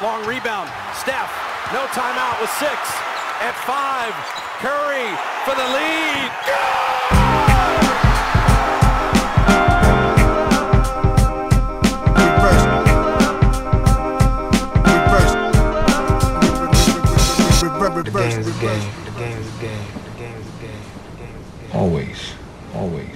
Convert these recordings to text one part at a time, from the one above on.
Long rebound. Steph, no timeout with 6. At 5, Curry for the lead. The game is game. The game is game. The game is game. The game is game. Always.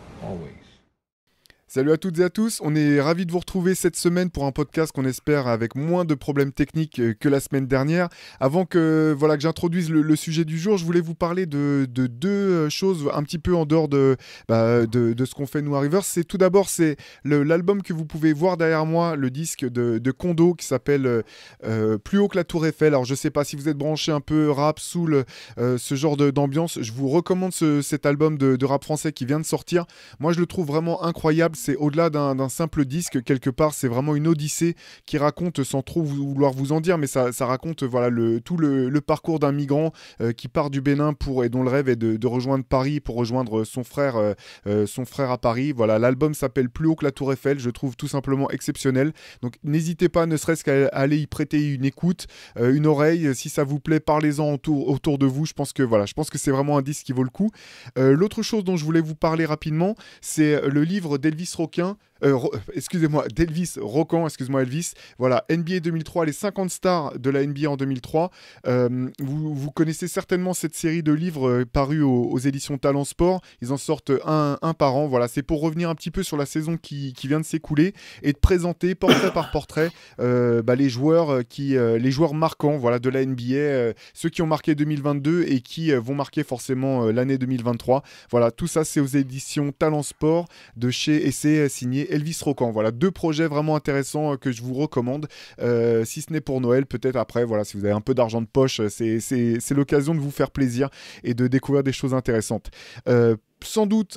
Salut à toutes et à tous, on est ravis de vous retrouver cette semaine pour un podcast qu'on espère avec moins de problèmes techniques que la semaine dernière. Avant que j'introduise le sujet du jour, je voulais vous parler de deux choses un petit peu en dehors de ce qu'on fait nous à Rivers. C'est tout d'abord l'album que vous pouvez voir derrière moi, le disque de Kondo qui s'appelle Plus haut que la Tour Eiffel. Alors je sais pas si vous êtes branché un peu rap, soul, ce genre d'ambiance, je vous recommande cet album de rap français qui vient de sortir. Moi je le trouve vraiment incroyable. C'est au-delà d'un simple disque, quelque part, c'est vraiment une odyssée qui raconte, sans trop vouloir vous en dire, mais ça raconte tout le parcours d'un migrant qui part du Bénin et dont le rêve est de rejoindre Paris pour rejoindre son frère à Paris. Voilà, l'album s'appelle Plus haut que la Tour Eiffel, je trouve tout simplement exceptionnel. Donc n'hésitez pas, ne serait-ce qu'à aller y prêter une écoute, une oreille. Si ça vous plaît, parlez-en autour de vous. Je pense que c'est vraiment un disque qui vaut le coup. L'autre chose dont je voulais vous parler rapidement, c'est le livre d'Elvis Roquin. D'Elvis Rocan, Elvis. Voilà, NBA 2003, les 50 stars de la NBA en 2003. Vous connaissez certainement cette série de livres parus aux éditions Talent Sport. Ils en sortent un par an. Voilà, c'est pour revenir un petit peu sur la saison qui vient de s'écouler et de présenter portrait par portrait les joueurs marquants, voilà, de la NBA, ceux qui ont marqué 2022 et qui vont marquer forcément l'année 2023. Voilà, tout ça c'est aux éditions Talent Sport de chez et c'est signé Elvis Rocan. Voilà, deux projets vraiment intéressants que je vous recommande. Si ce n'est pour Noël, peut-être après, voilà, si vous avez un peu d'argent de poche, c'est l'occasion de vous faire plaisir et de découvrir des choses intéressantes. Sans doute,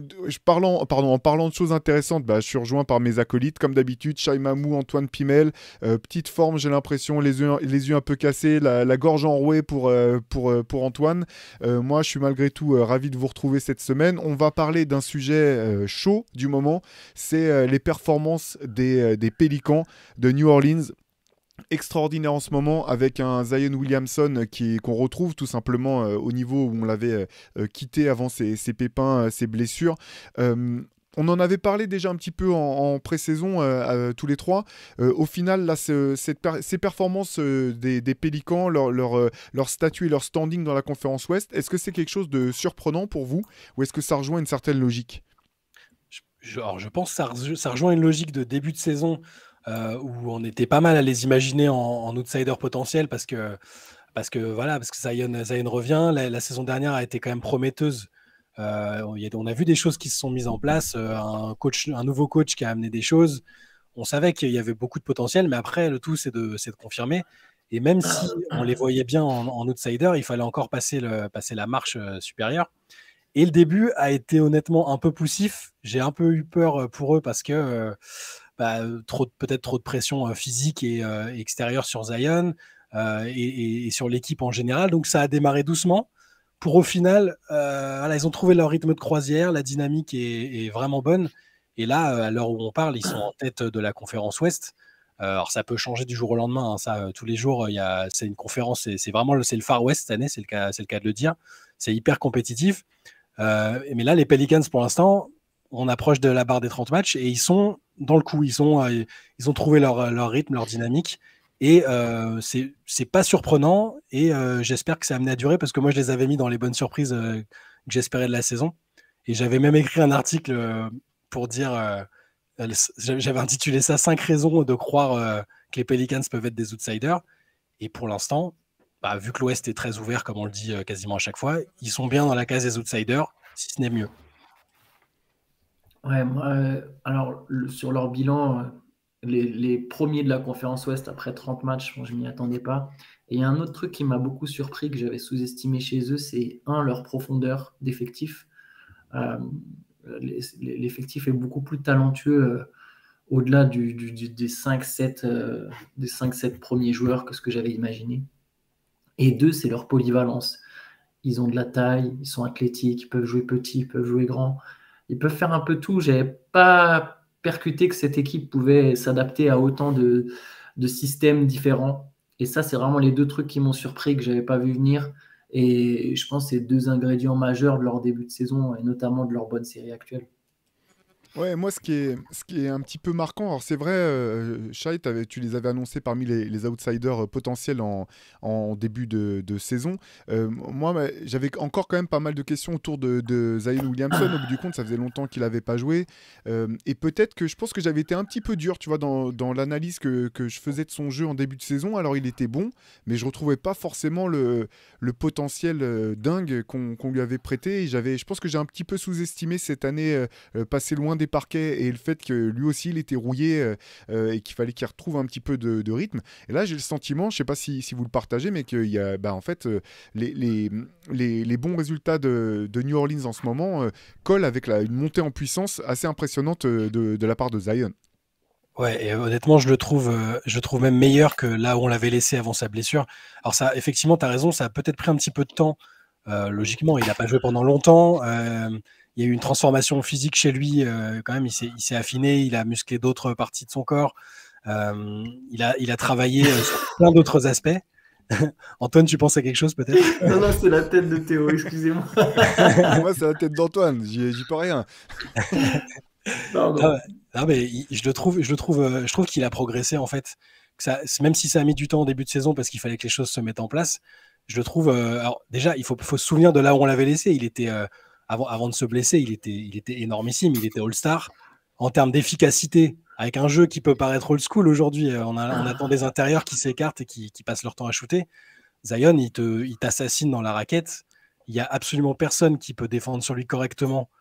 en parlant de choses intéressantes, je suis rejoint par mes acolytes, comme d'habitude, Shai Mamou, Antoine Pimel, petite forme, j'ai l'impression, les yeux un peu cassés, la gorge enrouée pour Antoine. Moi, je suis malgré tout ravi de vous retrouver cette semaine. On va parler d'un sujet chaud du moment, c'est les performances des Pélicans de New Orleans. Extraordinaire en ce moment avec un Zion Williamson qu'on retrouve tout simplement au niveau où on l'avait quitté avant ses pépins, ses blessures. On en avait parlé déjà un petit peu en pré-saison tous les trois. Au final, là, ces performances des Pélicans, leur statut et leur standing dans la conférence Ouest, est-ce que c'est quelque chose de surprenant pour vous ou est-ce que ça rejoint une certaine logique ? Je pense que ça rejoint une logique de début de saison où on était pas mal à les imaginer en outsider potentiel parce que Zion revient. La saison dernière a été quand même prometteuse. On a vu des choses qui se sont mises en place, un nouveau coach qui a amené des choses. On savait qu'il y avait beaucoup de potentiel, mais après le tout c'est de confirmer. Et même si on les voyait bien en outsider, il fallait encore passer la marche supérieure. Et le début a été honnêtement un peu poussif. J'ai un peu eu peur pour eux parce que peut-être trop de pression physique et extérieure sur Zion et sur l'équipe en général. Donc ça a démarré doucement. Pour au final, ils ont trouvé leur rythme de croisière, la dynamique est vraiment bonne. Et là, à l'heure où on parle, ils sont en tête de la conférence Ouest. Alors ça peut changer du jour au lendemain. Tous les jours, c'est une conférence. C'est le Far West cette année, c'est le cas de le dire. C'est hyper compétitif. Mais là, les Pelicans, pour l'instant, on approche de la barre des 30 matchs et ils sont dans le coup. Ils ont trouvé leur rythme, leur dynamique. Et c'est pas surprenant. Et j'espère que ça a amené à durer parce que moi, je les avais mis dans les bonnes surprises que j'espérais de la saison. Et j'avais même écrit un article pour dire... j'avais intitulé ça 5 raisons de croire que les Pelicans peuvent être des outsiders. Et pour l'instant... vu que l'Ouest est très ouvert, comme on le dit quasiment à chaque fois, ils sont bien dans la case des outsiders, si ce n'est mieux. Ouais, alors sur leur bilan, les premiers de la conférence Ouest après 30 matchs, je ne m'y attendais pas. Et il y a un autre truc qui m'a beaucoup surpris, que j'avais sous-estimé chez eux, c'est leur profondeur d'effectif. L'effectif est beaucoup plus talentueux au-delà des 5-7 premiers joueurs que ce que j'avais imaginé. Et deux, c'est leur polyvalence. Ils ont de la taille, ils sont athlétiques, ils peuvent jouer petit, ils peuvent jouer grand. Ils peuvent faire un peu tout. Je n'avais pas percuté que cette équipe pouvait s'adapter à autant de de systèmes différents. Et ça, c'est vraiment les deux trucs qui m'ont surpris, que je n'avais pas vu venir. Et je pense que c'est deux ingrédients majeurs de leur début de saison, et notamment de leur bonne série actuelle. Ouais, moi, ce qui est un petit peu marquant, alors c'est vrai, Shai, tu les avais annoncés parmi les outsiders potentiels en début de saison. Moi, j'avais encore quand même pas mal de questions autour de Zion Williamson. Au bout du compte, ça faisait longtemps qu'il n'avait pas joué. Et peut-être que je pense que j'avais été un petit peu dur, tu vois, dans l'analyse que je faisais de son jeu en début de saison. Alors, il était bon, mais je retrouvais pas forcément le potentiel dingue qu'on lui avait prêté. Et je pense que j'ai un petit peu sous-estimé cette année passée loin des parquets et le fait que lui aussi il était rouillé et qu'il fallait qu'il retrouve un petit peu de rythme. Et là j'ai le sentiment, je sais pas si vous le partagez, mais qu'il y a en fait les bons résultats de New Orleans en ce moment collent avec une montée en puissance assez impressionnante de la part de Zion. Ouais, et honnêtement, je le trouve même meilleur que là où on l'avait laissé avant sa blessure. Alors ça, effectivement, tu as raison, ça a peut-être pris un petit peu de temps. Logiquement, il n'a pas joué pendant longtemps. Il y a eu une transformation physique chez lui. Quand même, il s'est affiné, il a musclé d'autres parties de son corps. Il a travaillé sur plein d'autres aspects. Antoine, tu penses à quelque chose peut-être? Non, c'est la tête de Théo, excusez-moi. Moi, c'est la tête d'Antoine, j'y peux rien. Pardon. Non, mais je trouve qu'il a progressé en fait. Même si ça a mis du temps au début de saison parce qu'il fallait que les choses se mettent en place, je le trouve. Alors déjà, il faut se souvenir de là où on l'avait laissé. Il était avant de se blesser, il était énormissime. Il était All-Star en termes d'efficacité. Avec un jeu qui peut paraître old school aujourd'hui, on attend des intérieurs qui s'écartent et qui passent leur temps à shooter. Zion, il t'assassine dans la raquette. Il y a absolument personne qui peut défendre sur lui correctement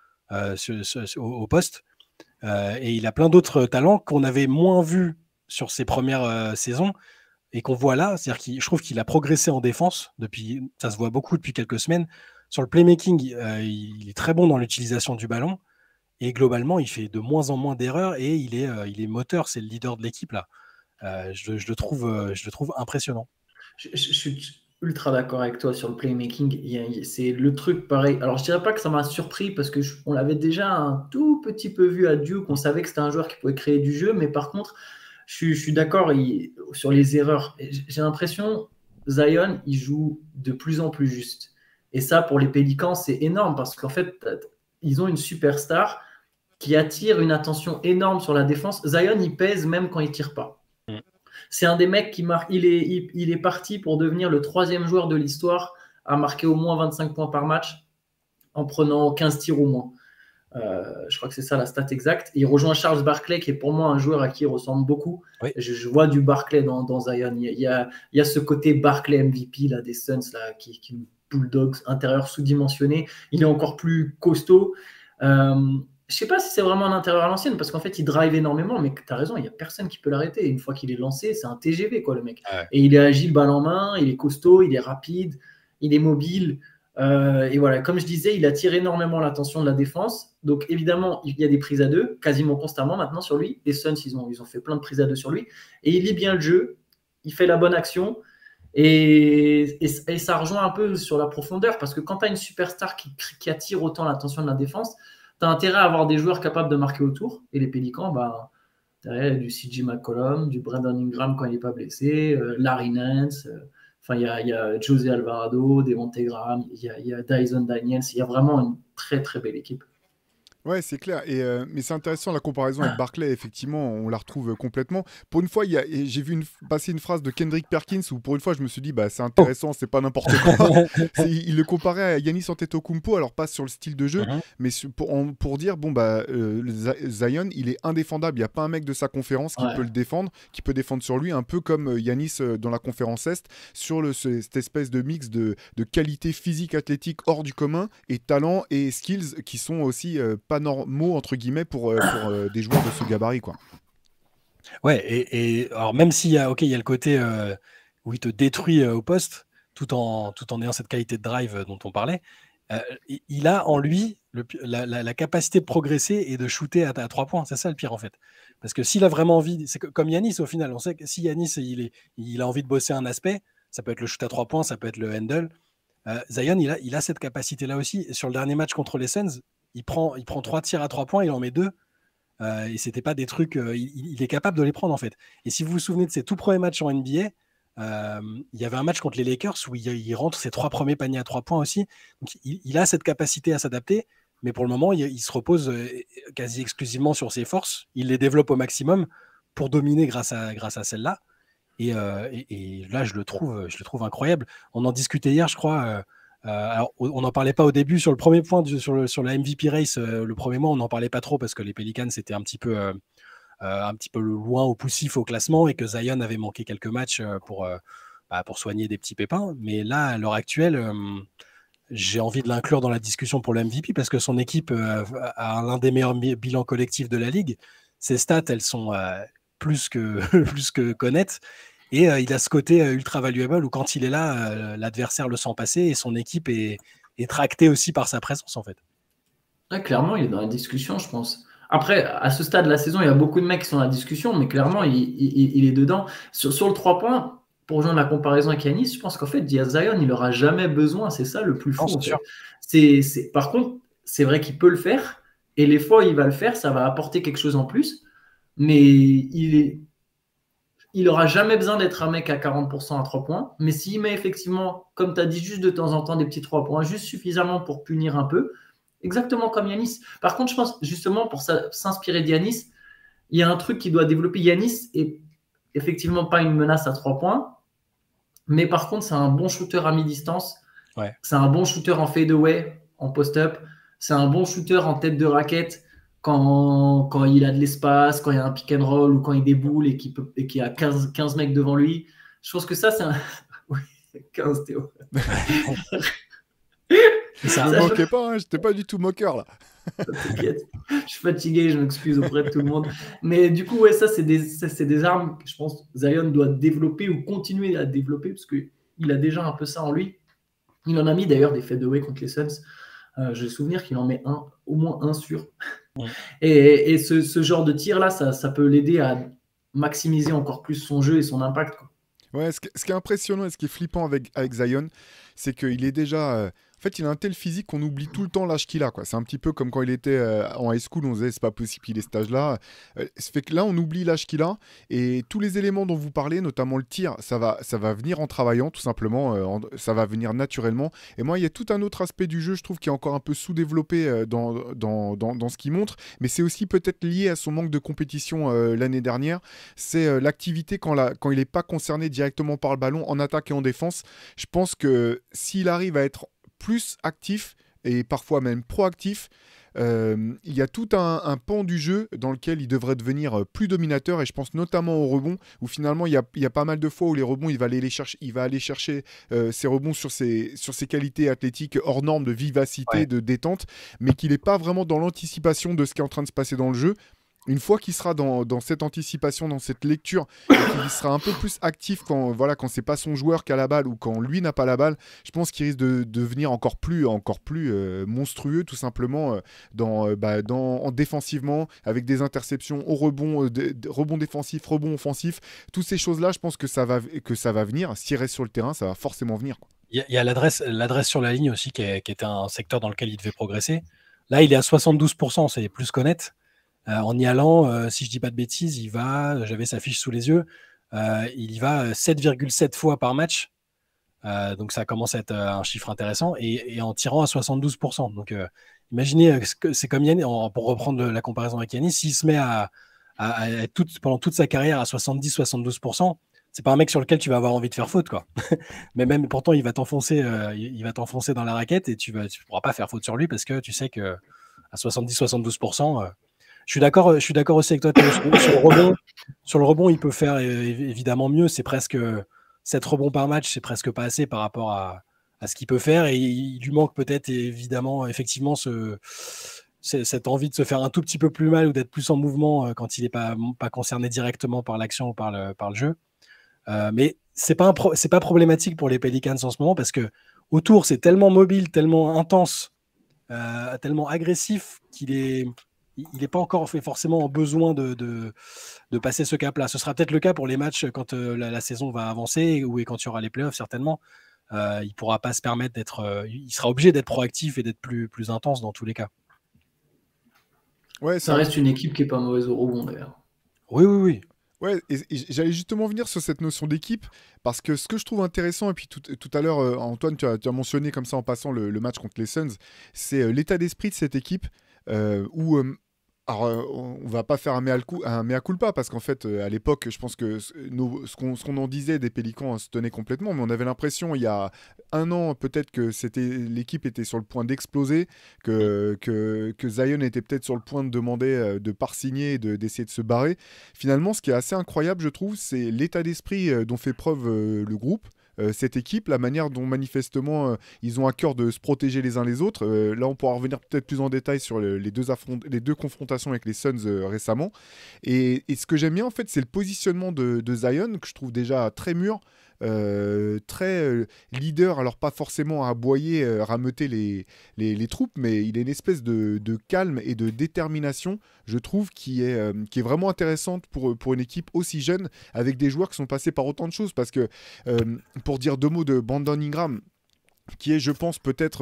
au poste. Et il a plein d'autres talents qu'on avait moins vus sur ses premières saisons et qu'on voit là. C'est-à-dire je trouve qu'il a progressé en défense ça se voit beaucoup depuis quelques semaines. Sur le playmaking, il est très bon dans l'utilisation du ballon et globalement, il fait de moins en moins d'erreurs et il est moteur, c'est le leader de l'équipe là. Je le trouve impressionnant. Je suis ultra d'accord avec toi sur le playmaking. C'est le truc pareil. Alors, je dirais pas que ça m'a surpris parce que on l'avait déjà un tout petit peu vu à Duke. On savait que c'était un joueur qui pouvait créer du jeu, mais par contre, je suis d'accord sur les erreurs. J'ai l'impression Zion, il joue de plus en plus juste. Et ça, pour les Pélicans, c'est énorme parce qu'en fait, ils ont une superstar qui attire une attention énorme sur la défense. Zion, il pèse même quand il tire pas. C'est un des mecs qui marque. Il est parti pour devenir le 3e joueur de l'histoire à marquer au moins 25 points par match en prenant 15 tirs au moins. Je crois que c'est ça la stat exacte. Et il rejoint Charles Barkley, qui est pour moi un joueur à qui il ressemble beaucoup. Oui. Je vois du Barkley dans Zion. Il y a ce côté Barkley MVP là, des Suns là, qui Bulldogs intérieur sous-dimensionné. Il est encore plus costaud. Je sais pas si c'est vraiment un intérieur à l'ancienne parce qu'en fait il drive énormément, mais tu as raison, il n'y a personne qui peut l'arrêter. Une fois qu'il est lancé, c'est un TGV quoi le mec. Ouais. Et il est agile balle en main, il est costaud, il est rapide, il est mobile. Et voilà, comme je disais, il attire énormément l'attention de la défense. Donc évidemment, il y a des prises à deux quasiment constamment maintenant sur lui. Les Suns, ils ont fait plein de prises à deux sur lui. Et il lit bien le jeu, il fait la bonne action. Et ça rejoint un peu sur la profondeur parce que quand tu as une superstar qui attire autant l'attention de la défense, tu as intérêt à avoir des joueurs capables de marquer autour. Et les Pélicans, derrière, il y a du CJ McCollum, du Brandon Ingram quand il n'est pas blessé, Larry Nance, il y a José Alvarado, Devontae Graham, il y a Dyson Daniels. Il y a vraiment une très, très belle équipe. Ouais, c'est clair. Mais c'est intéressant la comparaison avec Barkley. Effectivement, on la retrouve complètement. Pour une fois, j'ai vu passer une phrase de Kendrick Perkins où pour une fois, je me suis dit, c'est intéressant, c'est pas n'importe quoi. Il le comparait à Giannis Antetokounmpo, alors pas sur le style de jeu, mais pour dire, Zion, il est indéfendable. Il n'y a pas un mec de sa conférence qui peut le défendre, qui peut défendre sur lui, un peu comme Giannis dans la conférence Est, sur cette espèce de mix de qualité physique, athlétique hors du commun, et talent et skills qui sont aussi pas normaux entre guillemets pour des joueurs de ce gabarit quoi. Ouais, et alors même s'il y a le côté où il te détruit au poste tout en ayant cette qualité de drive dont on parlait, il a en lui la capacité de progresser et de shooter à 3 points. C'est ça le pire en fait. Parce que s'il a vraiment envie, c'est comme Giannis au final, on sait que si Giannis il a envie de bosser un aspect, ça peut être le shoot à 3 points, ça peut être le handle. Zion il a cette capacité là aussi. Et sur le dernier match contre les Suns, il prend 3 tirs à 3 points, il en met 2. et c'était pas des trucs. Il est capable de les prendre en fait. Et si vous vous souvenez de ses tout premiers matchs en NBA, il y avait un match contre les Lakers où il rentre ses 3 premiers paniers à 3 points aussi. Donc il a cette capacité à s'adapter, mais pour le moment, il se repose quasi exclusivement sur ses forces. Il les développe au maximum pour dominer grâce à celle-là. Et là, je le trouve incroyable. On en discutait hier, je crois. Alors, on n'en parlait pas au début sur le premier point, sur la MVP race, le premier mois, on n'en parlait pas trop parce que les Pelicans c'était un petit peu loin au poussif au classement et que Zion avait manqué quelques matchs pour soigner des petits pépins. Mais là, à l'heure actuelle, j'ai envie de l'inclure dans la discussion pour le MVP parce que son équipe a l'un des meilleurs bilans collectifs de la ligue. Ses stats, elles sont plus que connaître. Et il a ce côté ultra valuable où quand il est là, l'adversaire le sent passer et son équipe est tractée aussi par sa présence en fait. Ouais, clairement, il est dans la discussion, je pense. Après, à ce stade de la saison, il y a beaucoup de mecs qui sont dans la discussion, mais clairement, il est dedans. Sur le 3 points, pour rejoindre la comparaison avec Yanis, je pense qu'en fait, Zion, il n'aura jamais besoin. C'est ça le plus fou. En fait. Par contre, c'est vrai qu'il peut le faire. Et les fois où il va le faire, ça va apporter quelque chose en plus. Mais il n'aura jamais besoin d'être un mec à 40% à 3 points. Mais s'il met effectivement, comme tu as dit, juste de temps en temps des petits 3 points, juste suffisamment pour punir un peu, exactement comme Yanis. Par contre, je pense justement pour s'inspirer d'Yanis, il y a un truc qu'il doit développer. Yanis est effectivement pas une menace à 3 points, mais par contre, c'est un bon shooter à mi-distance. Ouais. C'est un bon shooter en fadeaway, en post-up. C'est un bon shooter en tête de raquette quand il a de l'espace, quand il y a un pick and roll ou quand il déboule et qu'il y a 15 mecs devant lui. Je pense que ça, c'est un... Oui, 15 Théo. Ça ne me moquais pas, hein, j'étais pas du tout moqueur là. T'inquiète, je suis fatigué, je m'excuse auprès de tout le monde. Mais du coup, ouais, ça c'est des armes que je pense Zion doit développer ou continuer à développer parce qu'il a déjà un peu ça en lui. Il en a mis d'ailleurs des fadeaway contre les Suns. J'ai le souvenir qu'il en met au moins un sûr. Ouais. Et ce genre de tir là, ça peut l'aider à maximiser encore plus son jeu et son impact, quoi. Ouais, ce qui est impressionnant et ce qui est flippant avec Zion, c'est qu'il est déjà... En fait, il a un tel physique qu'on oublie tout le temps l'âge qu'il a, quoi. C'est un petit peu comme quand il était en high school, on disait c'est pas possible qu'il ait cet âge-là. Ça fait que là, on oublie l'âge qu'il a et tous les éléments dont vous parlez, notamment le tir, ça va venir en travaillant tout simplement. Ça va venir naturellement. Et moi, il y a tout un autre aspect du jeu, je trouve, qui est encore un peu sous-développé dans ce qu'il montre, mais c'est aussi peut-être lié à son manque de compétition l'année dernière. C'est l'activité quand il n'est pas concerné directement par le ballon en attaque et en défense. Je pense que s'il arrive à être plus actif et parfois même proactif, il y a tout un pan du jeu dans lequel il devrait devenir plus dominateur et je pense notamment au rebond où finalement il y a pas mal de fois où les rebonds il va aller chercher ses rebonds sur ses qualités athlétiques hors normes de vivacité, de détente, mais qu'il n'est pas vraiment dans l'anticipation de ce qui est en train de se passer dans le jeu. Une fois qu'il sera dans cette anticipation, dans cette lecture, et qu'il sera un peu plus actif quand c'est pas son joueur qui a la balle ou quand lui n'a pas la balle, je pense qu'il risque de devenir encore plus monstrueux tout simplement défensivement avec des interceptions au rebond, rebond défensif, rebond offensif. Toutes ces choses-là, je pense que ça va venir. S'il reste sur le terrain, ça va forcément venir, quoi. Il y a l'adresse sur la ligne aussi qui était un secteur dans lequel il devait progresser. Là, il est à 72%, c'est plus qu'honnête. En y allant, si je dis pas de bêtises, j'avais sa fiche sous les yeux, il y va 7,7 fois par match. Donc ça commence à être un chiffre intéressant et en tirant à 72%. Donc imaginez, c'est comme Yannis, pour reprendre la comparaison avec Yannis, s'il se met à être pendant toute sa carrière à 70-72%, c'est pas un mec sur lequel tu vas avoir envie de faire faute, quoi. Mais même pourtant, il va t'enfoncer dans la raquette et tu pourras pas faire faute sur lui parce que tu sais que à 70-72%, je suis d'accord aussi avec toi. Sur le rebond, il peut faire évidemment mieux. C'est presque 7 rebonds par match, c'est presque pas assez par rapport à ce qu'il peut faire. Et il lui manque peut-être effectivement cette envie de se faire un tout petit peu plus mal ou d'être plus en mouvement quand il n'est pas concerné directement par l'action ou par le jeu. Mais c'est pas problématique pour les Pelicans en ce moment parce que autour, c'est tellement mobile, tellement intense, tellement agressif qu'il n'est pas encore fait forcément en besoin de passer ce cap-là. Ce sera peut-être le cas pour les matchs quand la saison va avancer ou quand il y aura les playoffs, certainement. Il ne pourra pas se permettre d'être... il sera obligé d'être proactif et d'être plus intense dans tous les cas. Ouais, Ça reste une équipe qui est pas mauvaise au rebond d'ailleurs. Oui. Ouais, et j'allais justement venir sur cette notion d'équipe, parce que ce que je trouve intéressant, et puis tout à l'heure, Antoine, tu as mentionné comme ça en passant le match contre les Suns, c'est l'état d'esprit de cette équipe, où alors, on va pas faire un mea culpa, parce qu'en fait, à l'époque, je pense que ce qu'on en disait des Pélicans se tenait complètement, mais on avait l'impression, il y a un an, peut-être que l'équipe était sur le point d'exploser, que Zion était peut-être sur le point de demander de pas signer et d'essayer de se barrer. Finalement, ce qui est assez incroyable, je trouve, c'est l'état d'esprit dont fait preuve le groupe. Cette équipe, la manière dont manifestement ils ont à cœur de se protéger les uns les autres. Là, on pourra revenir peut-être plus en détail sur les deux confrontations avec les Suns récemment. Et ce que j'aime bien, en fait, c'est le positionnement de Zion, que je trouve déjà très mûr, très leader, alors pas forcément à aboyer, rameuter les troupes, mais il a une espèce de calme et de détermination, je trouve, qui est vraiment intéressante pour une équipe aussi jeune, avec des joueurs qui sont passés par autant de choses, parce que pour dire deux mots de Brandon Ingram, qui est, je pense, peut-être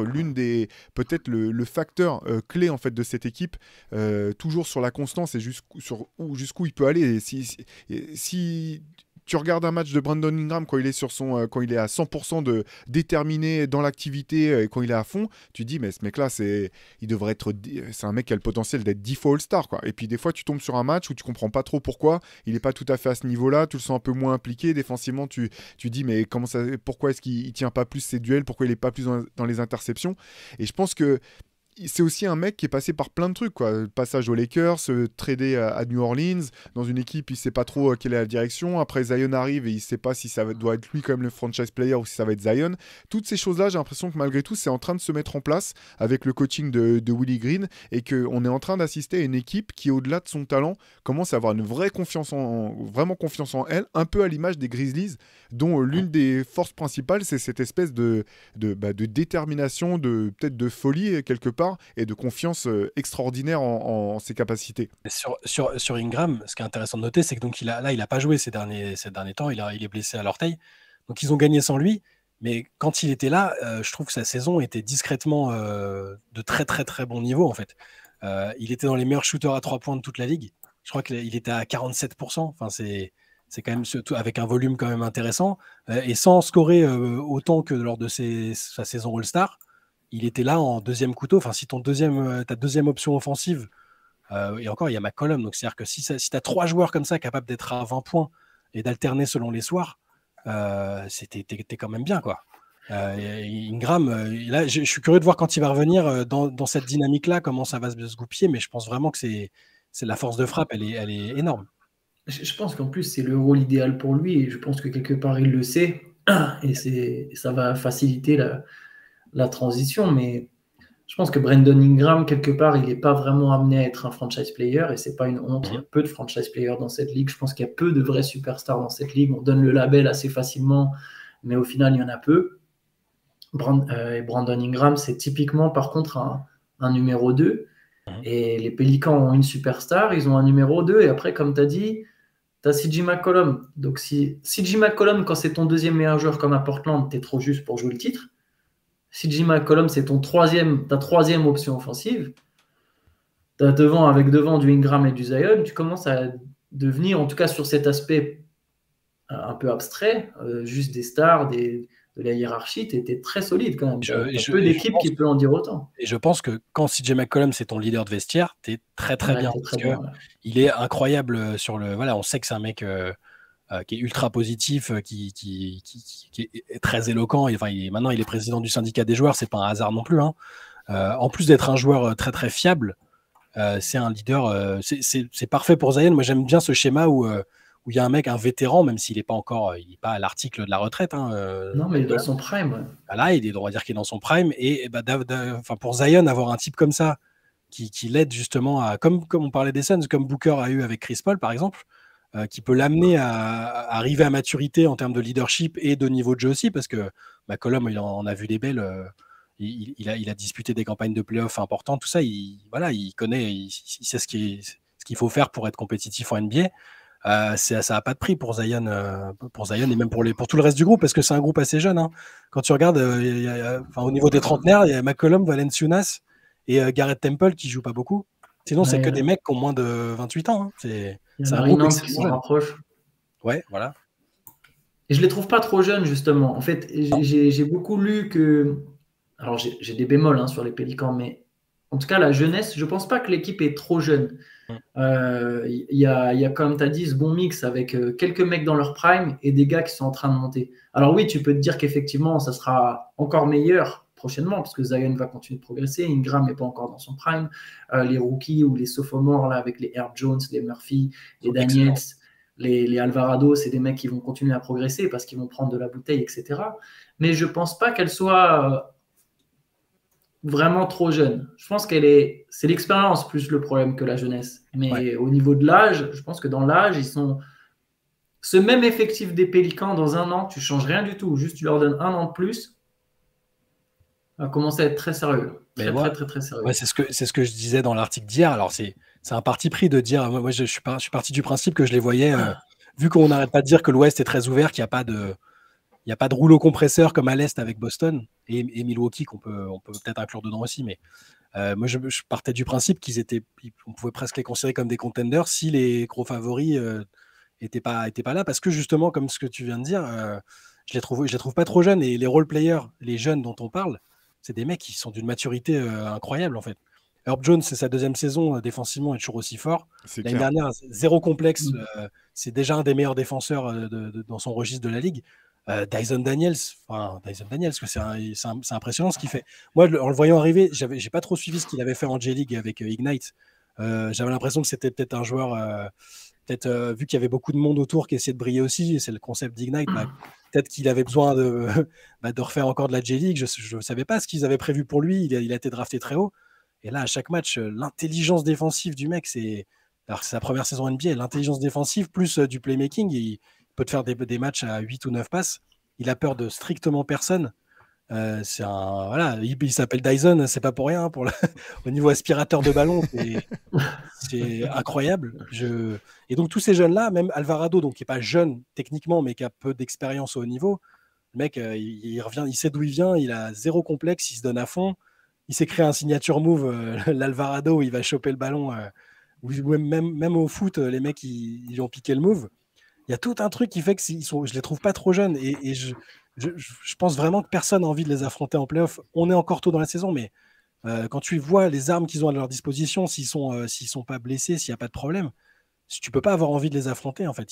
le facteur clé en fait de cette équipe, toujours sur la constance et jusqu'où il peut aller. Et si tu regardes un match de Brandon Ingram quand il est quand il est à 100% de déterminé dans l'activité et quand il est à fond, tu te dis mais ce mec-là c'est un mec qui a le potentiel d'être 10 fois All-Star, quoi. Et puis des fois tu tombes sur un match où tu comprends pas trop pourquoi il est pas tout à fait à ce niveau-là, tu le sens un peu moins impliqué défensivement, tu dis mais pourquoi est-ce qu'il tient pas plus ses duels, pourquoi il est pas plus dans les interceptions. Et je pense que c'est aussi un mec qui est passé par plein de trucs, quoi. Passage aux Lakers, tradé à New Orleans, dans une équipe, il sait pas trop quelle est la direction. Après, Zion arrive et il sait pas si doit être lui quand même le franchise player ou si ça va être Zion. Toutes ces choses-là, j'ai l'impression que malgré tout, c'est en train de se mettre en place avec le coaching de Willie Green, et qu'on est en train d'assister à une équipe qui, au-delà de son talent, commence à avoir une vraie vraiment confiance en elle, un peu à l'image des Grizzlies, dont l'une des forces principales, c'est cette espèce de détermination, peut-être de folie quelque part, et de confiance extraordinaire en ses capacités. Sur Ingram, ce qui est intéressant de noter, c'est que donc il a pas joué ces derniers temps, il est blessé à l'orteil, donc ils ont gagné sans lui, mais quand il était là, je trouve que sa saison était discrètement de très très très bon niveau en fait. Il était dans les meilleurs shooters à 3 points de toute la ligue, je crois qu'il était à 47%, enfin c'est quand même avec un volume quand même intéressant, et sans scorer autant que lors de sa saison All-Star. Il était là en deuxième couteau. Enfin, si ta deuxième option offensive, et encore, il y a McCollum. Donc, c'est-à-dire que si tu as 3 joueurs comme ça capables d'être à 20 points et d'alterner selon les soirs, t'es quand même bien, quoi. Ingram, là, je suis curieux de voir quand il va revenir dans cette dynamique-là, comment ça va se goupiller, mais je pense vraiment que c'est la force de frappe, elle est énorme. Je pense qu'en plus, c'est le rôle idéal pour lui, et je pense que quelque part, il le sait, et ça va faciliter la transition, mais je pense que Brandon Ingram, quelque part, il n'est pas vraiment amené à être un franchise player, et c'est pas une honte. Il y a peu de franchise players dans cette ligue. Je pense qu'il y a peu de vrais superstars dans cette ligue. On donne le label assez facilement, mais au final, il y en a peu. Et Brandon Ingram, c'est typiquement, par contre, un numéro 2. Et les Pélicans ont une superstar, ils ont un numéro 2, et après, comme tu as dit, tu as CJ McCollum. Donc, si CJ McCollum, quand c'est ton deuxième meilleur joueur comme à Portland, tu es trop juste pour jouer le titre. CJ McCollum, c'est ta troisième option offensive. Avec devant du Ingram et du Zion, tu commences à devenir, en tout cas sur cet aspect un peu abstrait, juste des stars, de la hiérarchie, tu étais très solide quand même. Il y a peu d'équipes qui peuvent en dire autant. Et je pense que quand CJ McCollum, c'est ton leader de vestiaire, tu es très très bien. Très bien, ouais. Il est incroyable sur le. Voilà, on sait que c'est un mec qui est ultra positif, qui est très éloquent. Enfin, maintenant, il est président du syndicat des joueurs, c'est pas un hasard non plus. Hein. En plus d'être un joueur très très fiable, c'est un leader. C'est parfait pour Zion. Moi, j'aime bien ce schéma où il y a un mec, un vétéran, même s'il n'est pas encore, il n'est pas à l'article de la retraite. Hein, non, mais il est dans son prime. Ouais. Voilà, on va dire qu'il est dans son prime. Et pour Zion, avoir un type comme ça qui l'aide justement à, comme on parlait des Suns, comme Booker a eu avec Chris Paul, par exemple. Qui peut l'amener à arriver à maturité en termes de leadership et de niveau de jeu aussi, parce que McCollum, il en a vu des belles. Il a disputé des campagnes de playoffs importantes, tout ça. Il connaît, il sait ce qu'il faut faire pour être compétitif en NBA. Ça n'a pas de prix pour Zion et même pour tout le reste du groupe, parce que c'est un groupe assez jeune. Hein. Quand tu regardes, au niveau des trentenaires, il y a McCollum, Valanciunas et Garrett Temple qui ne jouent pas beaucoup. Sinon, c'est que Ouais, des mecs qui ont moins de 28 ans. Hein. il y C'est a un groupe Marinant qui s'en extrêmement jeune. rapproche. Ouais, voilà. Et je les trouve pas trop jeunes, justement. En fait, j'ai beaucoup lu que. Alors, j'ai des bémols hein, sur les Pélicans, mais en tout cas, la jeunesse, je pense pas que l'équipe est trop jeune. Il y a, comme tu as dit, ce bon mix avec quelques mecs dans leur prime et des gars qui sont en train de monter. Alors, oui, tu peux te dire qu'effectivement, ça sera encore meilleur prochainement, parce que Zion va continuer de progresser. Ingram n'est pas encore dans son prime. Les rookies ou les sophomores, là, avec les Herb Jones, les Murphy, les Daniels. Les Alvarado, c'est des mecs qui vont continuer à progresser parce qu'ils vont prendre de la bouteille, etc. Mais je ne pense pas qu'elle soit vraiment trop jeune. Je pense c'est l'expérience plus le problème que la jeunesse. Mais au niveau de l'âge, je pense que dans l'âge, ils sont ce même effectif des Pélicans dans un an, tu ne changes rien du tout. Juste tu leur donnes un an de plus, ça va commencer à être très sérieux. Très sérieux. Ouais, c'est ce que je disais dans l'article d'hier. Alors, c'est un parti pris de dire. Moi, je suis parti du principe que je les voyais, vu qu'on n'arrête pas de dire que l'Ouest est très ouvert, qu'il n'y a pas de rouleau compresseur comme à l'Est avec Boston et Milwaukee, qu'on peut peut-être inclure dedans aussi. Mais moi, je partais du principe on pouvait presque les considérer comme des contenders si les gros favoris n'étaient pas là. Parce que justement, comme ce que tu viens de dire, je les trouve pas trop jeunes. Et les role players, les jeunes dont on parle, c'est des mecs qui sont d'une maturité incroyable en fait. Herb Jones, c'est sa deuxième saison, défensivement, est toujours aussi fort. L'année dernière, zéro complexe, c'est déjà un des meilleurs défenseurs dans son registre de la ligue. Dyson Daniels, c'est impressionnant ce qu'il fait. Moi, en le voyant arriver, j'ai pas trop suivi ce qu'il avait fait en J-League avec Ignite. J'avais l'impression que c'était peut-être un joueur, vu qu'il y avait beaucoup de monde autour qui essayait de briller aussi, et c'est le concept d'Ignite, peut-être qu'il avait besoin de refaire encore de la J-League. Je ne savais pas ce qu'ils avaient prévu pour lui. Il a été drafté très haut. Et là, à chaque match, l'intelligence défensive du mec, c'est sa première saison NBA, l'intelligence défensive plus du playmaking. Il peut te faire des matchs à 8 ou 9 passes. Il a peur de strictement personne. Il s'appelle Dyson, c'est pas pour rien. Au niveau aspirateur de ballon, c'est incroyable. Et donc tous ces jeunes-là, même Alvarado, donc qui n'est pas jeune techniquement, mais qui a peu d'expérience au haut niveau, le mec, il revient, il sait d'où il vient, il a zéro complexe, il se donne à fond. Il s'est créé un signature move, l'Alvarado, où il va choper le ballon. Même au foot, les mecs, ils ont piqué le move. Il y a tout un truc qui fait que je les trouve pas trop jeunes. Et je pense vraiment que personne n'a envie de les affronter en playoff. On est encore tôt dans la saison, mais quand tu vois les armes qu'ils ont à leur disposition, s'ils sont pas blessés, s'il n'y a pas de problème, tu peux pas avoir envie de les affronter. En fait,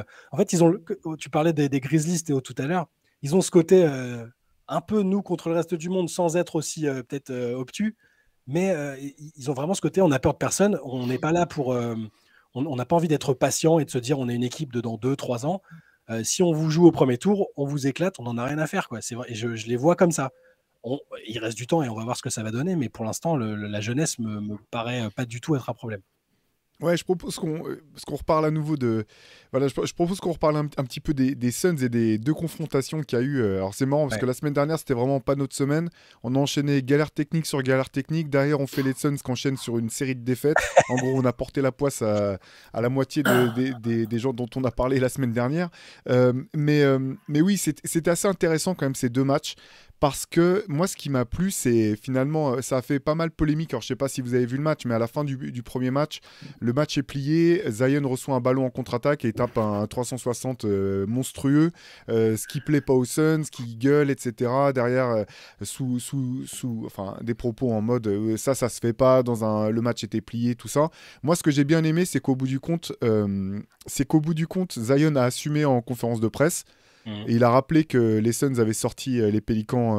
tu parlais des Grizzlies, Théo, tout à l'heure. Ils ont ce côté un peu nous contre le reste du monde, sans être aussi peut-être obtus, mais ils ont vraiment ce côté. On a peur de personne. On n'est pas là pour. On n'a pas envie d'être patient et de se dire on est une équipe de dans 2-3 ans. Si on vous joue au premier tour, on vous éclate, on n'en a rien à faire. Quoi. C'est vrai, et je les vois comme ça. Il reste du temps et on va voir ce que ça va donner, mais pour l'instant, la jeunesse me paraît pas du tout être un problème. Ouais, je propose qu'on reparle à nouveau de. Voilà, je propose qu'on reparle un petit peu des Suns et des deux confrontations qu'il y a eu. Alors c'est marrant parce que la semaine dernière, c'était vraiment pas notre semaine. On a enchaîné galère technique sur galère technique. Derrière, on fait les Suns qui enchaînent sur une série de défaites. En gros, on a porté la poisse à la moitié des gens dont on a parlé la semaine dernière. Mais oui, c'était assez intéressant quand même ces deux matchs. Parce que moi, ce qui m'a plu, c'est finalement, ça a fait pas mal polémique. Alors, je sais pas si vous avez vu le match, mais à la fin du premier match, le match est plié. Zion reçoit un ballon en contre-attaque et tape un 360 monstrueux. Ce qui plaît pas aux Suns, qui gueule, etc. Derrière, enfin, des propos en mode ça se fait pas. Le match était plié, tout ça. Moi, ce que j'ai bien aimé, c'est qu'au bout du compte, Zion a assumé en conférence de presse. Et il a rappelé que les Suns avaient sorti les Pélicans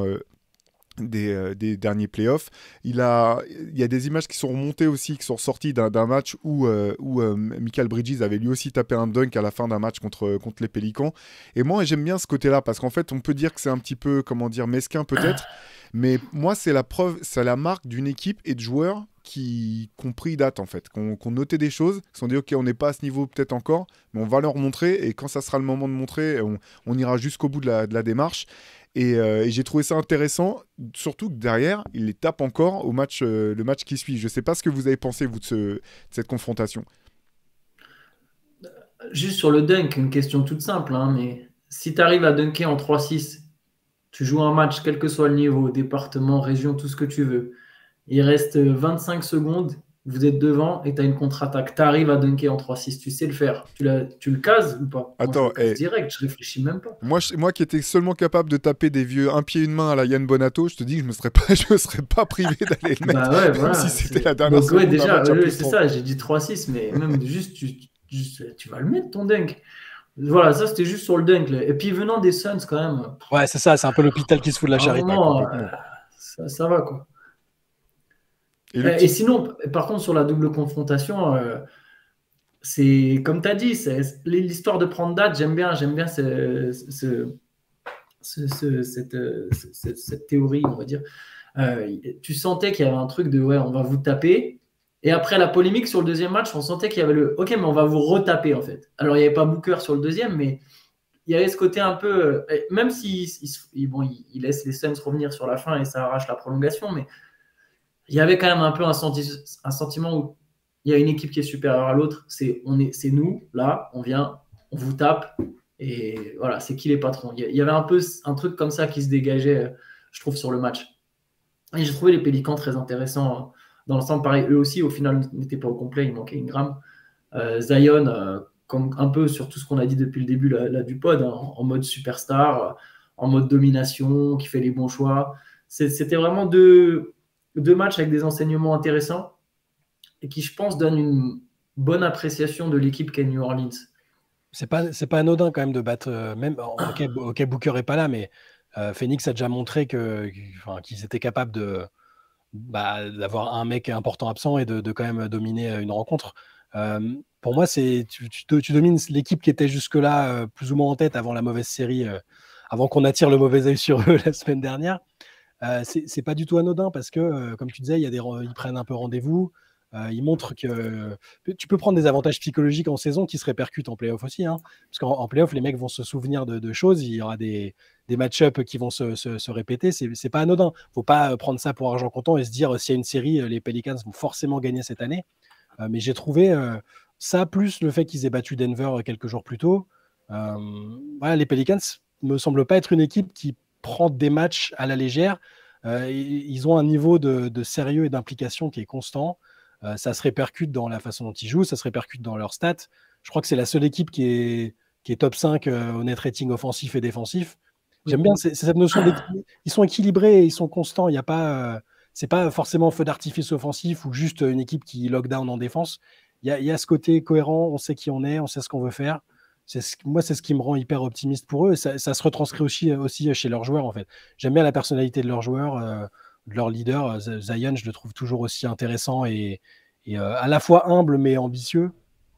des derniers playoffs. Il y a des images qui sont remontées aussi, qui sont ressorties d'un match où Mikal Bridges avait lui aussi tapé un dunk à la fin d'un match contre les Pélicans. Et moi, j'aime bien ce côté-là, parce qu'en fait, on peut dire que c'est un petit peu, mesquin peut-être, mais moi, c'est la preuve, c'est la marque d'une équipe et de joueurs qui ont pris date en fait, qui ont noté des choses, qui se sont dit ok, on n'est pas à ce niveau peut-être encore, mais on va leur montrer, et quand ça sera le moment de montrer, on ira jusqu'au bout de la démarche. Et j'ai trouvé ça intéressant, surtout que derrière, il les tape encore le match qui suit. Je ne sais pas ce que vous avez pensé, vous, de cette confrontation. Juste sur le dunk, une question toute simple, hein, mais si tu arrives à dunker en 3-6, tu joues un match, quel que soit le niveau, département, région, tout ce que tu veux, il reste 25 secondes, vous êtes devant et tu as une contre-attaque. Tu arrives à dunker en 3-6, tu sais le faire. Tu le cases ou pas? Attends, moi, je le case direct, je réfléchis même pas. Moi qui étais seulement capable de taper des vieux un pied une main à la Yann Bonato, je te dis que je me serais pas privé d'aller le mettre. Bah ouais, voilà. Si c'était la dernière Donc, ouais, seconde, déjà, c'est c'est ça, j'ai dit 3-6, mais même juste, tu vas le mettre ton dunk. Voilà, ça c'était juste sur le dunk. Là. Et puis venant des Suns, quand même. Ouais, c'est ça, c'est un peu l'hôpital qui se fout de la charité. Ça va, quoi. Et sinon, par contre, sur la double confrontation, c'est comme tu as dit, c'est l'histoire de prendre date. J'aime bien cette théorie, on va dire. Tu sentais qu'il y avait un truc de ouais, on va vous taper. Et après la polémique sur le deuxième match, on sentait qu'il y avait le ok, mais on va vous retaper en fait. Alors il n'y avait pas Booker sur le deuxième, mais il y avait ce côté un peu, même s'il laisse les Suns revenir sur la fin et ça arrache la prolongation, mais il y avait quand même un peu un sentiment où il y a une équipe qui est supérieure à l'autre. C'est nous, là, on vient, on vous tape, et voilà, c'est qui les patrons. Il y avait un peu un truc comme ça qui se dégageait, je trouve, sur le match. Et j'ai trouvé les Pélicans très intéressants dans l'ensemble. Pareil, eux aussi, au final, n'étaient pas au complet, il manquait Ingram. Zion, comme un peu sur tout ce qu'on a dit depuis le début là, du pod, hein, en mode superstar, en mode domination, qui fait les bons choix. C'était vraiment deux matchs avec des enseignements intéressants et qui, je pense, donnent une bonne appréciation de l'équipe qu'est New Orleans. C'est pas anodin quand même de battre, même ok, Booker est pas là, mais Phoenix a déjà montré qu'ils étaient capables d'avoir un mec important absent et de quand même dominer une rencontre. Pour moi, tu domines l'équipe qui était jusque-là plus ou moins en tête avant la mauvaise série, avant qu'on attire le mauvais œil sur eux la semaine dernière. C'est pas du tout anodin parce que, comme tu disais, ils prennent un peu rendez-vous. Ils montrent que tu peux prendre des avantages psychologiques en saison qui se répercutent en play-off aussi. Hein, parce qu'en play-off, les mecs vont se souvenir de choses. Il y aura des match-ups qui vont se répéter. C'est pas anodin. Faut pas prendre ça pour argent comptant et se dire s'il y a une série, les Pelicans vont forcément gagner cette année. Mais j'ai trouvé ça, plus le fait qu'ils aient battu Denver quelques jours plus tôt. Voilà, les Pelicans me semblent pas être une équipe qui prend des matchs à la légère. Ils ont un niveau de sérieux et d'implication qui est constant. Ça se répercute dans la façon dont ils jouent, ça se répercute dans leurs stats. Je crois que c'est la seule équipe qui est top 5 au net rating offensif et défensif. J'aime bien cette notion ils sont équilibrés, ils sont constants. Il y a pas, c'est pas forcément feu d'artifice offensif ou juste une équipe qui lockdown en défense. Il y a ce côté cohérent, on sait qui on est, on sait ce qu'on veut faire. Moi, c'est ce qui me rend hyper optimiste pour eux. Et ça se retranscrit aussi chez leurs joueurs, en fait. J'aime bien la personnalité de leurs joueurs, de leur leader. Zion, je le trouve toujours aussi intéressant et à la fois humble mais ambitieux.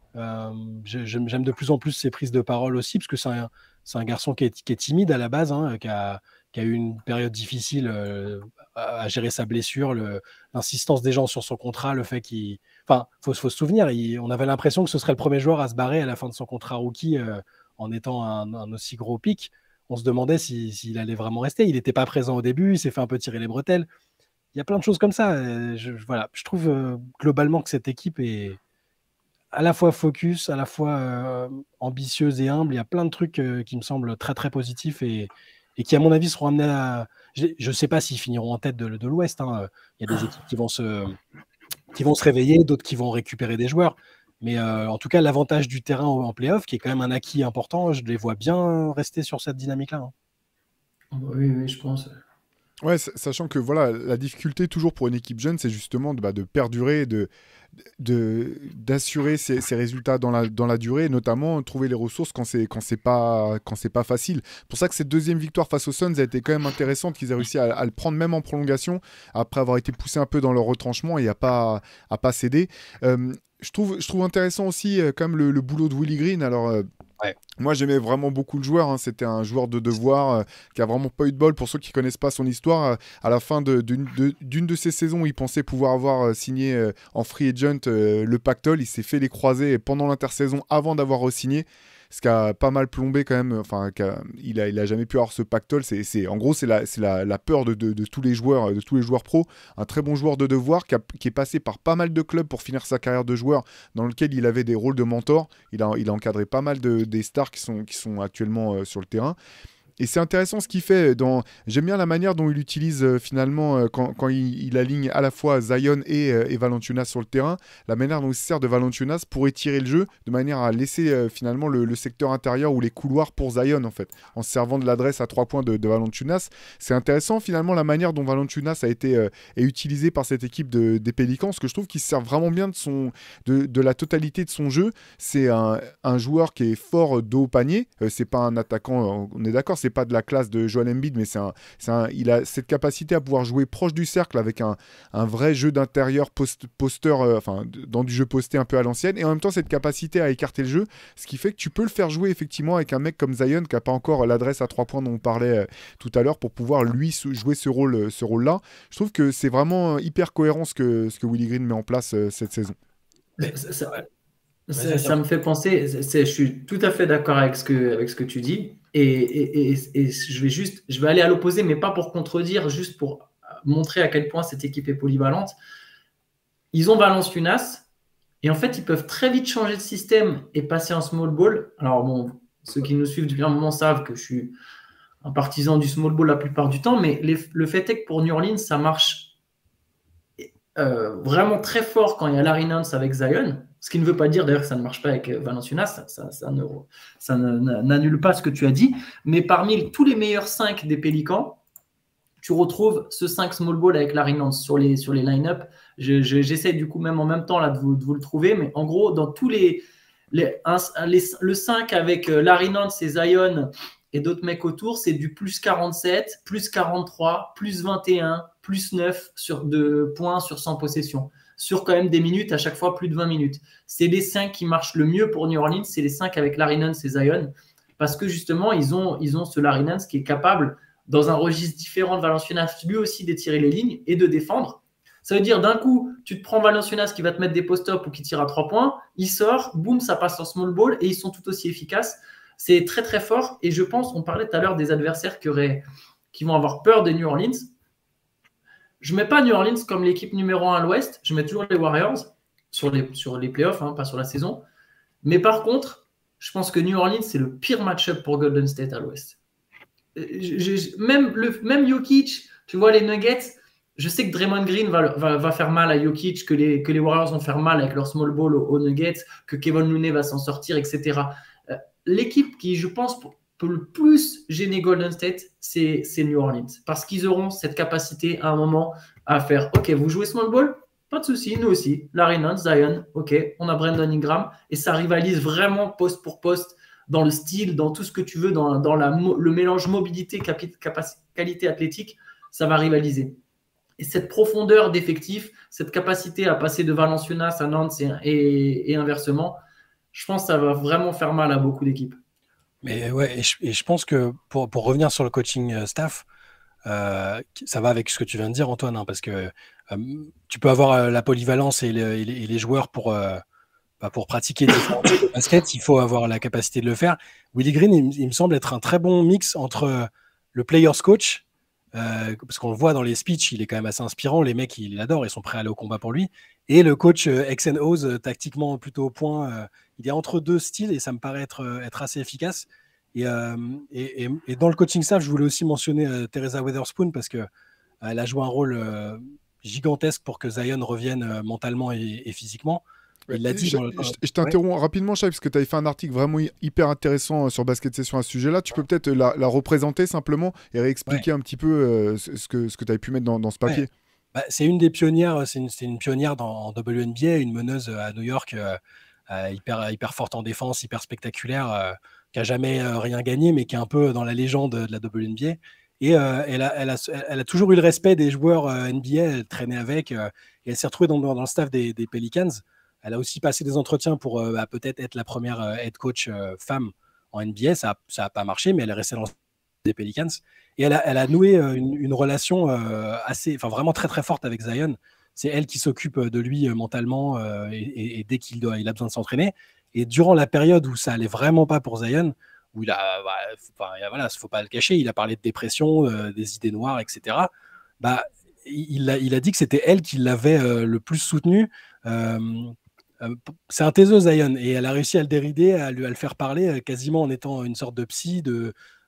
J'aime de plus en plus ses prises de parole aussi, parce que c'est un garçon qui est timide à la base, hein, qui a eu une période difficile à gérer sa blessure, l'insistance des gens sur son contrat, le fait qu'il... Enfin, faut se souvenir, on avait l'impression que ce serait le premier joueur à se barrer à la fin de son contrat rookie en étant un aussi gros pic. On se demandait s'il allait vraiment rester. Il n'était pas présent au début, il s'est fait un peu tirer les bretelles. Il y a plein de choses comme ça. Je trouve globalement que cette équipe est à la fois focus, à la fois ambitieuse et humble. Il y a plein de trucs qui me semblent très très positifs et qui, à mon avis, seront amenés à... Je ne sais pas s'ils finiront en tête de l'Ouest. Hein. Il y a des équipes qui vont se réveiller, d'autres qui vont récupérer des joueurs. Mais en tout cas, l'avantage du terrain en play-off, qui est quand même un acquis important, je les vois bien rester sur cette dynamique-là. Hein. Oui, je pense. Ouais, sachant que voilà, la difficulté toujours pour une équipe jeune, c'est justement de perdurer, d'assurer ses résultats dans la durée, et notamment trouver les ressources quand c'est pas facile. C'est pour ça que cette deuxième victoire face aux Suns a été quand même intéressante, qu'ils aient réussi à le prendre même en prolongation après avoir été poussés un peu dans leur retranchement et à pas céder. Je trouve intéressant aussi quand même le boulot de Willie Green. Alors ouais. Moi, j'aimais vraiment beaucoup le joueur. Hein. C'était un joueur de devoir qui a vraiment pas eu de bol. Pour ceux qui connaissent pas son histoire, à la fin d'une de ses saisons où il pensait pouvoir avoir signé en free agent le pactole, il s'est fait les croisés pendant l'intersaison avant d'avoir re-signé. Ce qui a pas mal plombé quand même. Enfin, il a jamais pu avoir ce pactole. En gros, c'est la peur de tous les joueurs pros. Un très bon joueur de devoir qui est passé par pas mal de clubs pour finir sa carrière de joueur, dans lequel il avait des rôles de mentor. Il a encadré pas mal des stars qui sont actuellement sur le terrain. Et c'est intéressant ce qu'il fait. J'aime bien la manière dont il utilise finalement quand il aligne à la fois Zion et Valanciunas sur le terrain, la manière dont il se sert de Valanciunas pour étirer le jeu de manière à laisser finalement le secteur intérieur ou les couloirs pour Zion en fait, en se servant de l'adresse à 3 points de Valanciunas. C'est intéressant finalement la manière dont Valanciunas a été est utilisé par cette équipe des Pélicans, parce que je trouve qu'il se sert vraiment bien de la totalité de son jeu. C'est un joueur qui est fort dos au panier. C'est pas un attaquant, on est d'accord, c'est pas de la classe de Joel Embiid, mais il a cette capacité à pouvoir jouer proche du cercle avec un vrai jeu d'intérieur posteur, dans du jeu posté un peu à l'ancienne, et en même temps cette capacité à écarter le jeu, ce qui fait que tu peux le faire jouer effectivement avec un mec comme Zion qui n'a pas encore l'adresse à 3 points dont on parlait tout à l'heure, pour pouvoir lui jouer ce rôle-là. Je trouve que c'est vraiment hyper cohérent ce que Willie Green met en place cette saison. Ça me fait penser, je suis tout à fait d'accord avec ce que tu dis, et je vais aller à l'opposé, mais pas pour contredire, juste pour montrer à quel point cette équipe est polyvalente. Ils ont Valanciunas, et en fait, ils peuvent très vite changer de système et passer en small ball. Alors bon, ceux qui nous suivent depuis un moment savent que je suis un partisan du small ball la plupart du temps, mais le fait est que pour New Orleans, ça marche vraiment très fort quand il y a Larry Nance avec Zion. Ce qui ne veut pas dire d'ailleurs que ça ne marche pas avec Valanciunas, ça n'annule pas ce que tu as dit. Mais parmi tous les meilleurs 5 des Pélicans, tu retrouves ce 5 small ball avec Larry Nance sur les line-up. J'essaie du coup même en même temps là, de vous le trouver, mais en gros, dans tous le 5 avec Larry Nance et Zion et d'autres mecs autour, c'est du plus 47, plus 43, plus 21, plus 9 de points sur 100 possessions. Sur quand même des minutes, à chaque fois plus de 20 minutes. C'est les 5 qui marchent le mieux pour New Orleans, c'est les 5 avec Larry Nance et Zion, parce que justement, ils ont ce Larry Nance qui est capable, dans un registre différent de Valanciunas, lui aussi d'étirer les lignes et de défendre. Ça veut dire, d'un coup, tu te prends Valanciunas qui va te mettre des post-up ou qui tire à 3 points, il sort, boum, ça passe en small ball et ils sont tout aussi efficaces. C'est très très fort, et je pense, on parlait tout à l'heure des adversaires qui vont avoir peur des New Orleans. Je ne mets pas New Orleans comme l'équipe numéro 1 à l'Ouest. Je mets toujours les Warriors sur les playoffs, pas sur la saison. Mais par contre, je pense que New Orleans, c'est le pire match-up pour Golden State à l'Ouest. Même Jokic, tu vois, les Nuggets, je sais que Draymond Green va faire mal à Jokic, que les Warriors vont faire mal avec leur small ball aux Nuggets, que Kevin Looney va s'en sortir, etc. L'équipe qui, je pense, peut le plus gêner Golden State, c'est New Orleans. Parce qu'ils auront cette capacité à un moment à faire « Ok, vous jouez small ball ? Pas de souci, nous aussi. Larry Nance, Zion, ok, on a Brandon Ingram. » Et ça rivalise vraiment poste pour poste dans le style, dans tout ce que tu veux, dans le mélange mobilité, qualité athlétique, ça va rivaliser. Et cette profondeur d'effectif, cette capacité à passer de Valanciunas à Nance et inversement, je pense que ça va vraiment faire mal à beaucoup d'équipes. Mais ouais, et je pense que pour revenir sur le coaching staff, ça va avec ce que tu viens de dire, Antoine, parce que tu peux avoir la polyvalence et les joueurs pour pratiquer le basket, il faut avoir la capacité de le faire. Willie Green, il me semble être un très bon mix entre le player's coach, parce qu'on le voit dans les speeches, il est quand même assez inspirant, les mecs, il l'adore, ils sont prêts à aller au combat pour lui, et le coach X and O's, tactiquement plutôt au point, il est entre deux styles et ça me paraît être assez efficace. Et dans le coaching staff, je voulais aussi mentionner Teresa Weatherspoon parce qu'elle a joué un rôle gigantesque pour que Zion revienne mentalement et physiquement. Il l'a dit. Je t'interromps rapidement, Shai, parce que tu avais fait un article vraiment hyper intéressant sur Basket Session à ce sujet-là. Tu peux peut-être la représenter simplement et réexpliquer un petit peu ce que tu avais pu mettre dans ce papier. Ouais. C'est une des pionnières, c'est une pionnière en WNBA, une meneuse à New York hyper forte en défense, hyper spectaculaire, qui n'a jamais rien gagné, mais qui est un peu dans la légende de la WNBA. Et elle a toujours eu le respect des joueurs NBA, elle traînait avec, et elle s'est retrouvée dans le staff des Pelicans. Elle a aussi passé des entretiens pour peut-être être la première head coach femme en NBA. Ça n'a pas marché, mais elle est restée dans des Pelicans. Et elle a noué une relation vraiment très très forte avec Zion. C'est elle qui s'occupe de lui mentalement et dès qu'il a besoin de s'entraîner. Et durant la période où ça allait vraiment pas pour Zion, où il faut pas le cacher, il a parlé de dépression, des idées noires, etc. Il a dit que c'était elle qui l'avait le plus soutenu. C'est un taiseux, Zion, et elle a réussi à le dérider, à le faire parler quasiment en étant une sorte de psy, de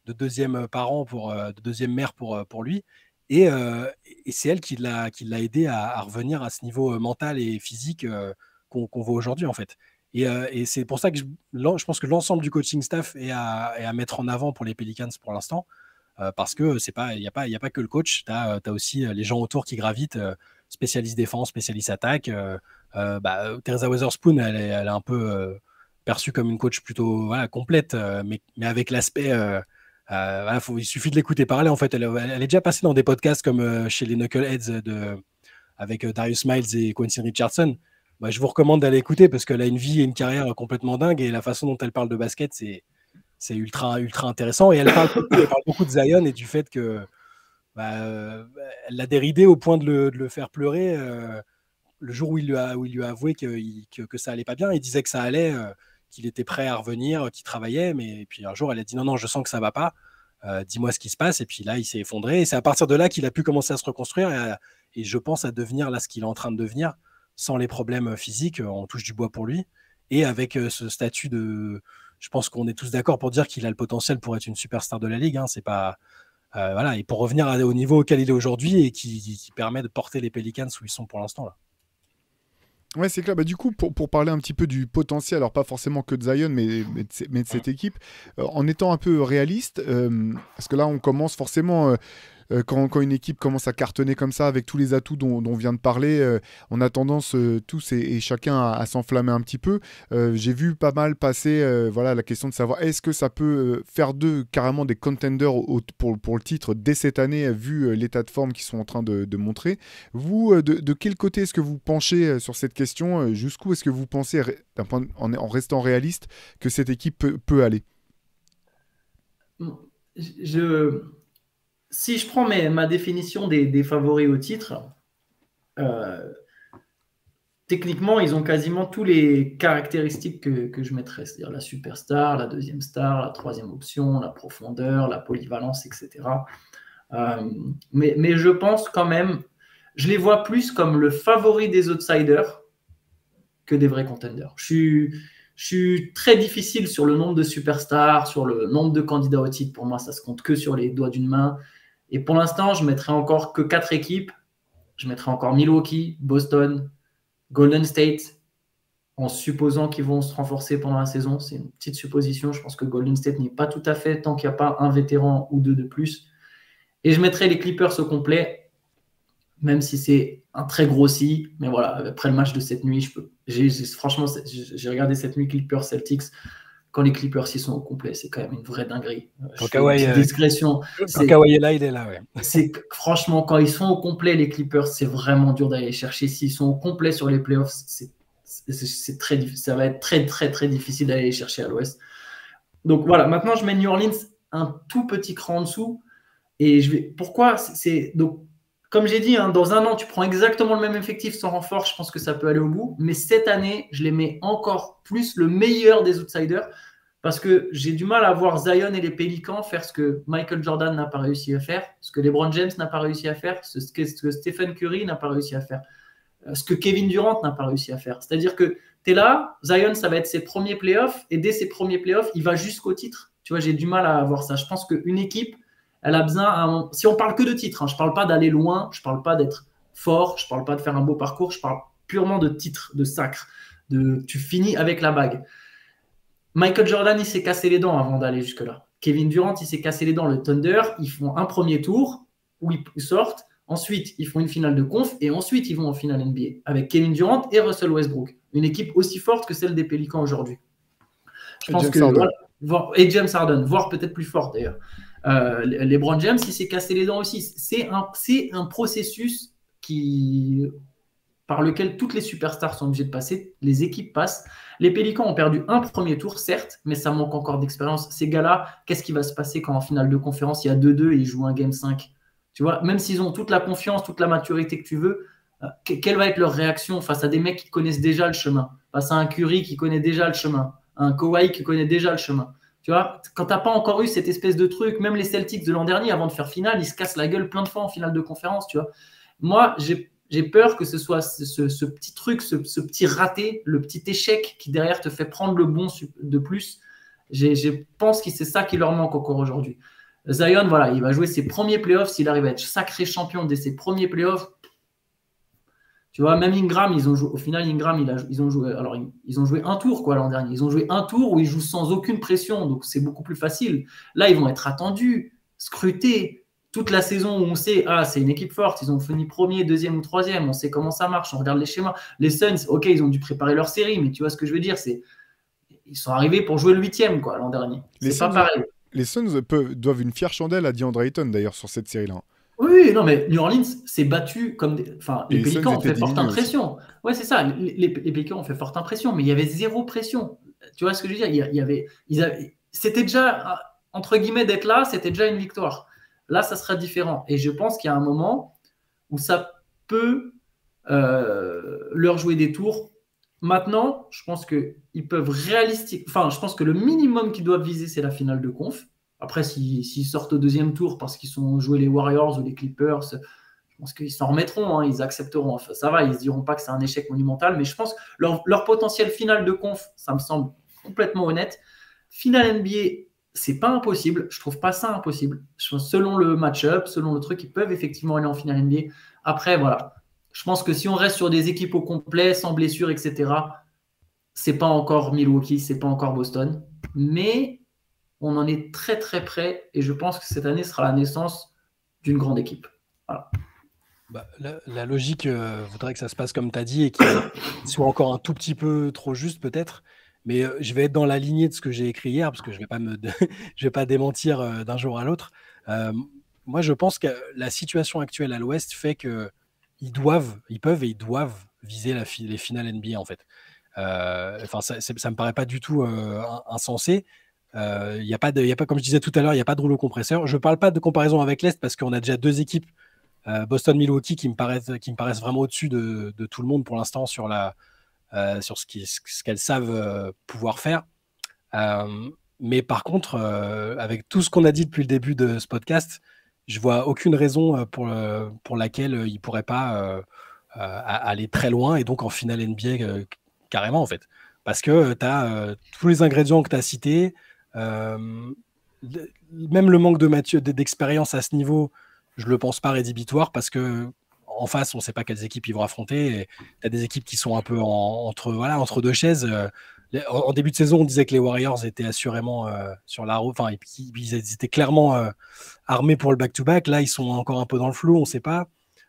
deuxième parent, de deuxième mère pour lui. Et c'est elle qui l'a aidé à revenir à ce niveau mental et physique qu'on voit aujourd'hui, en fait. Et c'est pour ça que je pense que l'ensemble du coaching staff est à mettre en avant pour les Pelicans pour l'instant, parce que il n'y a pas que le coach, tu as aussi les gens autour qui gravitent, spécialistes défense, spécialistes attaque. Teresa Weatherspoon, elle est un peu perçue comme une coach plutôt complète, mais avec l'aspect... il suffit de l'écouter parler, en fait. Elle est déjà passée dans des podcasts comme chez les Knuckleheads avec Darius Miles et Quincy Richardson. Je vous recommande d'aller écouter parce qu'elle a une vie et une carrière complètement dingue, et la façon dont elle parle de basket, c'est ultra intéressant. Et elle parle beaucoup de Zion et du fait que elle l'a déridé au point de le faire pleurer le jour où il lui a avoué que ça allait pas bien. Il disait que ça allait, qu'il était prêt à revenir, qu'il travaillait, mais puis un jour elle a dit non, je sens que ça va pas, dis-moi ce qui se passe. Et puis là il s'est effondré, et c'est à partir de là qu'il a pu commencer à se reconstruire et je pense à devenir là ce qu'il est en train de devenir, sans les problèmes physiques. On touche du bois pour lui, et avec ce statut de... Je pense qu'on est tous d'accord pour dire qu'il a le potentiel pour être une superstar de la Ligue, hein. C'est pas... et pour revenir au niveau auquel il est aujourd'hui et qui permet de porter les Pelicans où ils sont pour l'instant là. Ouais, c'est clair. Du coup, pour parler un petit peu du potentiel, alors pas forcément que de Zion, mais de cette équipe, en étant un peu réaliste, parce que là, on commence forcément... Quand une équipe commence à cartonner comme ça, avec tous les atouts dont on vient de parler, on a tendance tous et chacun à s'enflammer un petit peu. J'ai vu pas mal passer la question de savoir est-ce que ça peut faire d'eux carrément des contenders pour le titre dès cette année, vu l'état de forme qu'ils sont en train de montrer. Vous, de quel côté est-ce que vous penchez sur cette question? Jusqu'où est-ce que vous pensez, en restant réaliste, que cette équipe peut aller? Si je prends ma définition des favoris au titre, techniquement, ils ont quasiment toutes les caractéristiques que je mettrais, c'est-à-dire la superstar, la deuxième star, la troisième option, la profondeur, la polyvalence, etc. Mais je pense quand même, je les vois plus comme le favori des outsiders que des vrais contenders. Je suis très difficile sur le nombre de superstars, sur le nombre de candidats au titre. Pour moi, ça se compte que sur les doigts d'une main. Et pour l'instant, je ne mettrai encore que 4 équipes. Je mettrai encore Milwaukee, Boston, Golden State, en supposant qu'ils vont se renforcer pendant la saison. C'est une petite supposition. Je pense que Golden State n'est pas tout à fait tant qu'il n'y a pas un vétéran ou deux de plus. Et je mettrai les Clippers au complet, même si c'est un très gros si. Mais voilà, après le match de cette nuit, franchement, j'ai regardé cette nuit Clippers-Celtics. Quand les Clippers y sont au complet, c'est quand même une vraie dinguerie. Discrétion. Quand Kawhi est là, il est là. Ouais. Franchement, quand ils sont au complet, les Clippers, c'est vraiment dur d'aller les chercher. S'ils sont au complet sur les playoffs, ça va être très, très, très difficile d'aller les chercher à l'Ouest. Donc voilà, maintenant, je mets New Orleans un tout petit cran en dessous. Et pourquoi donc, comme j'ai dit, dans un an, tu prends exactement le même effectif sans renfort, je pense que ça peut aller au bout. Mais cette année, je les mets encore plus le meilleur des outsiders, parce que j'ai du mal à voir Zion et les Pélicans faire ce que Michael Jordan n'a pas réussi à faire, ce que LeBron James n'a pas réussi à faire, ce que Stephen Curry n'a pas réussi à faire, ce que Kevin Durant n'a pas réussi à faire. C'est-à-dire que tu es là, Zion, ça va être ses premiers playoffs, et dès ses premiers playoffs, il va jusqu'au titre. Tu vois, j'ai du mal à voir ça. Je pense qu'une équipe, elle a besoin, si on parle que de titre, je ne parle pas d'aller loin, je ne parle pas d'être fort, je ne parle pas de faire un beau parcours, je parle purement de titre, de sacre, tu finis avec la bague. Michael Jordan, il s'est cassé les dents avant d'aller jusque-là. Kevin Durant, il s'est cassé les dents. Le Thunder, ils font un premier tour où ils sortent, ensuite ils font une finale de conf et ensuite ils vont en finale NBA avec Kevin Durant et Russell Westbrook. Une équipe aussi forte que celle des Pélicans aujourd'hui. Je pense que et James Harden, voire peut-être plus fort d'ailleurs. LeBron James, il s'est cassé les dents aussi. C'est un processus par lequel toutes les superstars sont obligées de passer, les équipes passent. Les Pélicans ont perdu un premier tour, certes, mais ça manque encore d'expérience. Ces gars-là, qu'est-ce qui va se passer quand en finale de conférence, il y a 2-2 et ils jouent un Game 5 ? Tu vois, même s'ils ont toute la confiance, toute la maturité que tu veux, quelle va être leur réaction face à des mecs qui connaissent déjà le chemin, face à un Curry qui connaît déjà le chemin, un Kawhi qui connaît déjà le chemin. Tu vois, quand tu n'as pas encore eu cette espèce de truc, même les Celtics de l'an dernier, avant de faire finale, ils se cassent la gueule plein de fois en finale de conférence. Tu vois. Moi, j'ai peur que ce soit ce petit truc, ce petit raté, le petit échec qui derrière te fait prendre le bon de plus. Je pense que c'est ça qui leur manque encore aujourd'hui. Zion, voilà, il va jouer ses premiers playoffs. S'il arrive à être sacré champion dès ses premiers playoffs, tu vois, même Ingram, au final, Ingram, ils ont joué un tour quoi, l'an dernier. Ils ont joué un tour où ils jouent sans aucune pression, donc c'est beaucoup plus facile. Là, ils vont être attendus, scrutés. Toute la saison où on sait, c'est une équipe forte, ils ont fini premier, deuxième ou troisième, on sait comment ça marche, on regarde les schémas. Les Suns, ok, ils ont dû préparer leur série, mais tu vois ce que je veux dire, ils sont arrivés pour jouer le 8e quoi, l'an dernier. C'est pas pareil. Les Suns doivent une fière chandelle à DeAndre Ayton d'ailleurs sur cette série-là. Oui, non, mais New Orleans s'est battu comme les Pélicans ont fait forte impression. Ouais, c'est ça. Les Pélicans ont fait forte impression, mais il y avait zéro pression. Tu vois ce que je veux dire? C'était déjà, entre guillemets, d'être là, c'était déjà une victoire. Là, ça sera différent. Et je pense qu'il y a un moment où ça peut leur jouer des tours. Maintenant, je pense qu'ils peuvent je pense que le minimum qu'ils doivent viser, c'est la finale de conf. Après, s'ils sortent au deuxième tour parce qu'ils ont joué les Warriors ou les Clippers, je pense qu'ils s'en remettront, ils accepteront. Enfin, ça va, ils ne se diront pas que c'est un échec monumental, mais je pense que leur potentiel finale de conf, ça me semble complètement honnête. Finale NBA, c'est pas impossible. Je trouve pas ça impossible. Selon le match-up, selon le truc, ils peuvent effectivement aller en finale NBA. Après, voilà. Je pense que si on reste sur des équipes au complet, sans blessure, etc., c'est pas encore Milwaukee, c'est pas encore Boston. Mais on en est très très près et je pense que cette année sera la naissance d'une grande équipe. Voilà. La logique voudrait que ça se passe comme tu as dit et qu'il soit encore un tout petit peu trop juste peut-être. Mais je vais être dans la lignée de ce que j'ai écrit hier parce que je vais pas démentir d'un jour à l'autre. Moi, je pense que la situation actuelle à l'Ouest fait que ils peuvent et ils doivent viser les finales NBA en fait. Ça me paraît pas du tout insensé. Y a pas, comme je disais tout à l'heure, il n'y a pas de rouleau compresseur. Je ne parle pas de comparaison avec l'Est parce qu'on a déjà deux équipes, Boston-Milwaukee, qui me paraissent vraiment au-dessus de tout le monde pour l'instant sur ce qu'elles savent pouvoir faire. Mais par contre, avec tout ce qu'on a dit depuis le début de ce podcast, je vois aucune raison pour laquelle ils ne pourraient pas aller très loin et donc en finale NBA carrément en fait. Parce que tu as tous les ingrédients que tu as cités, même le manque d'expérience à ce niveau, je ne le pense pas rédhibitoire parce que en face, on ne sait pas quelles équipes ils vont affronter. Tu as des équipes qui sont un peu entre deux chaises. En début de saison, on disait que les Warriors étaient assurément sur la route. Enfin, ils étaient clairement armés pour le back-to-back. Là, ils sont encore un peu dans le flou, on ne sait pas.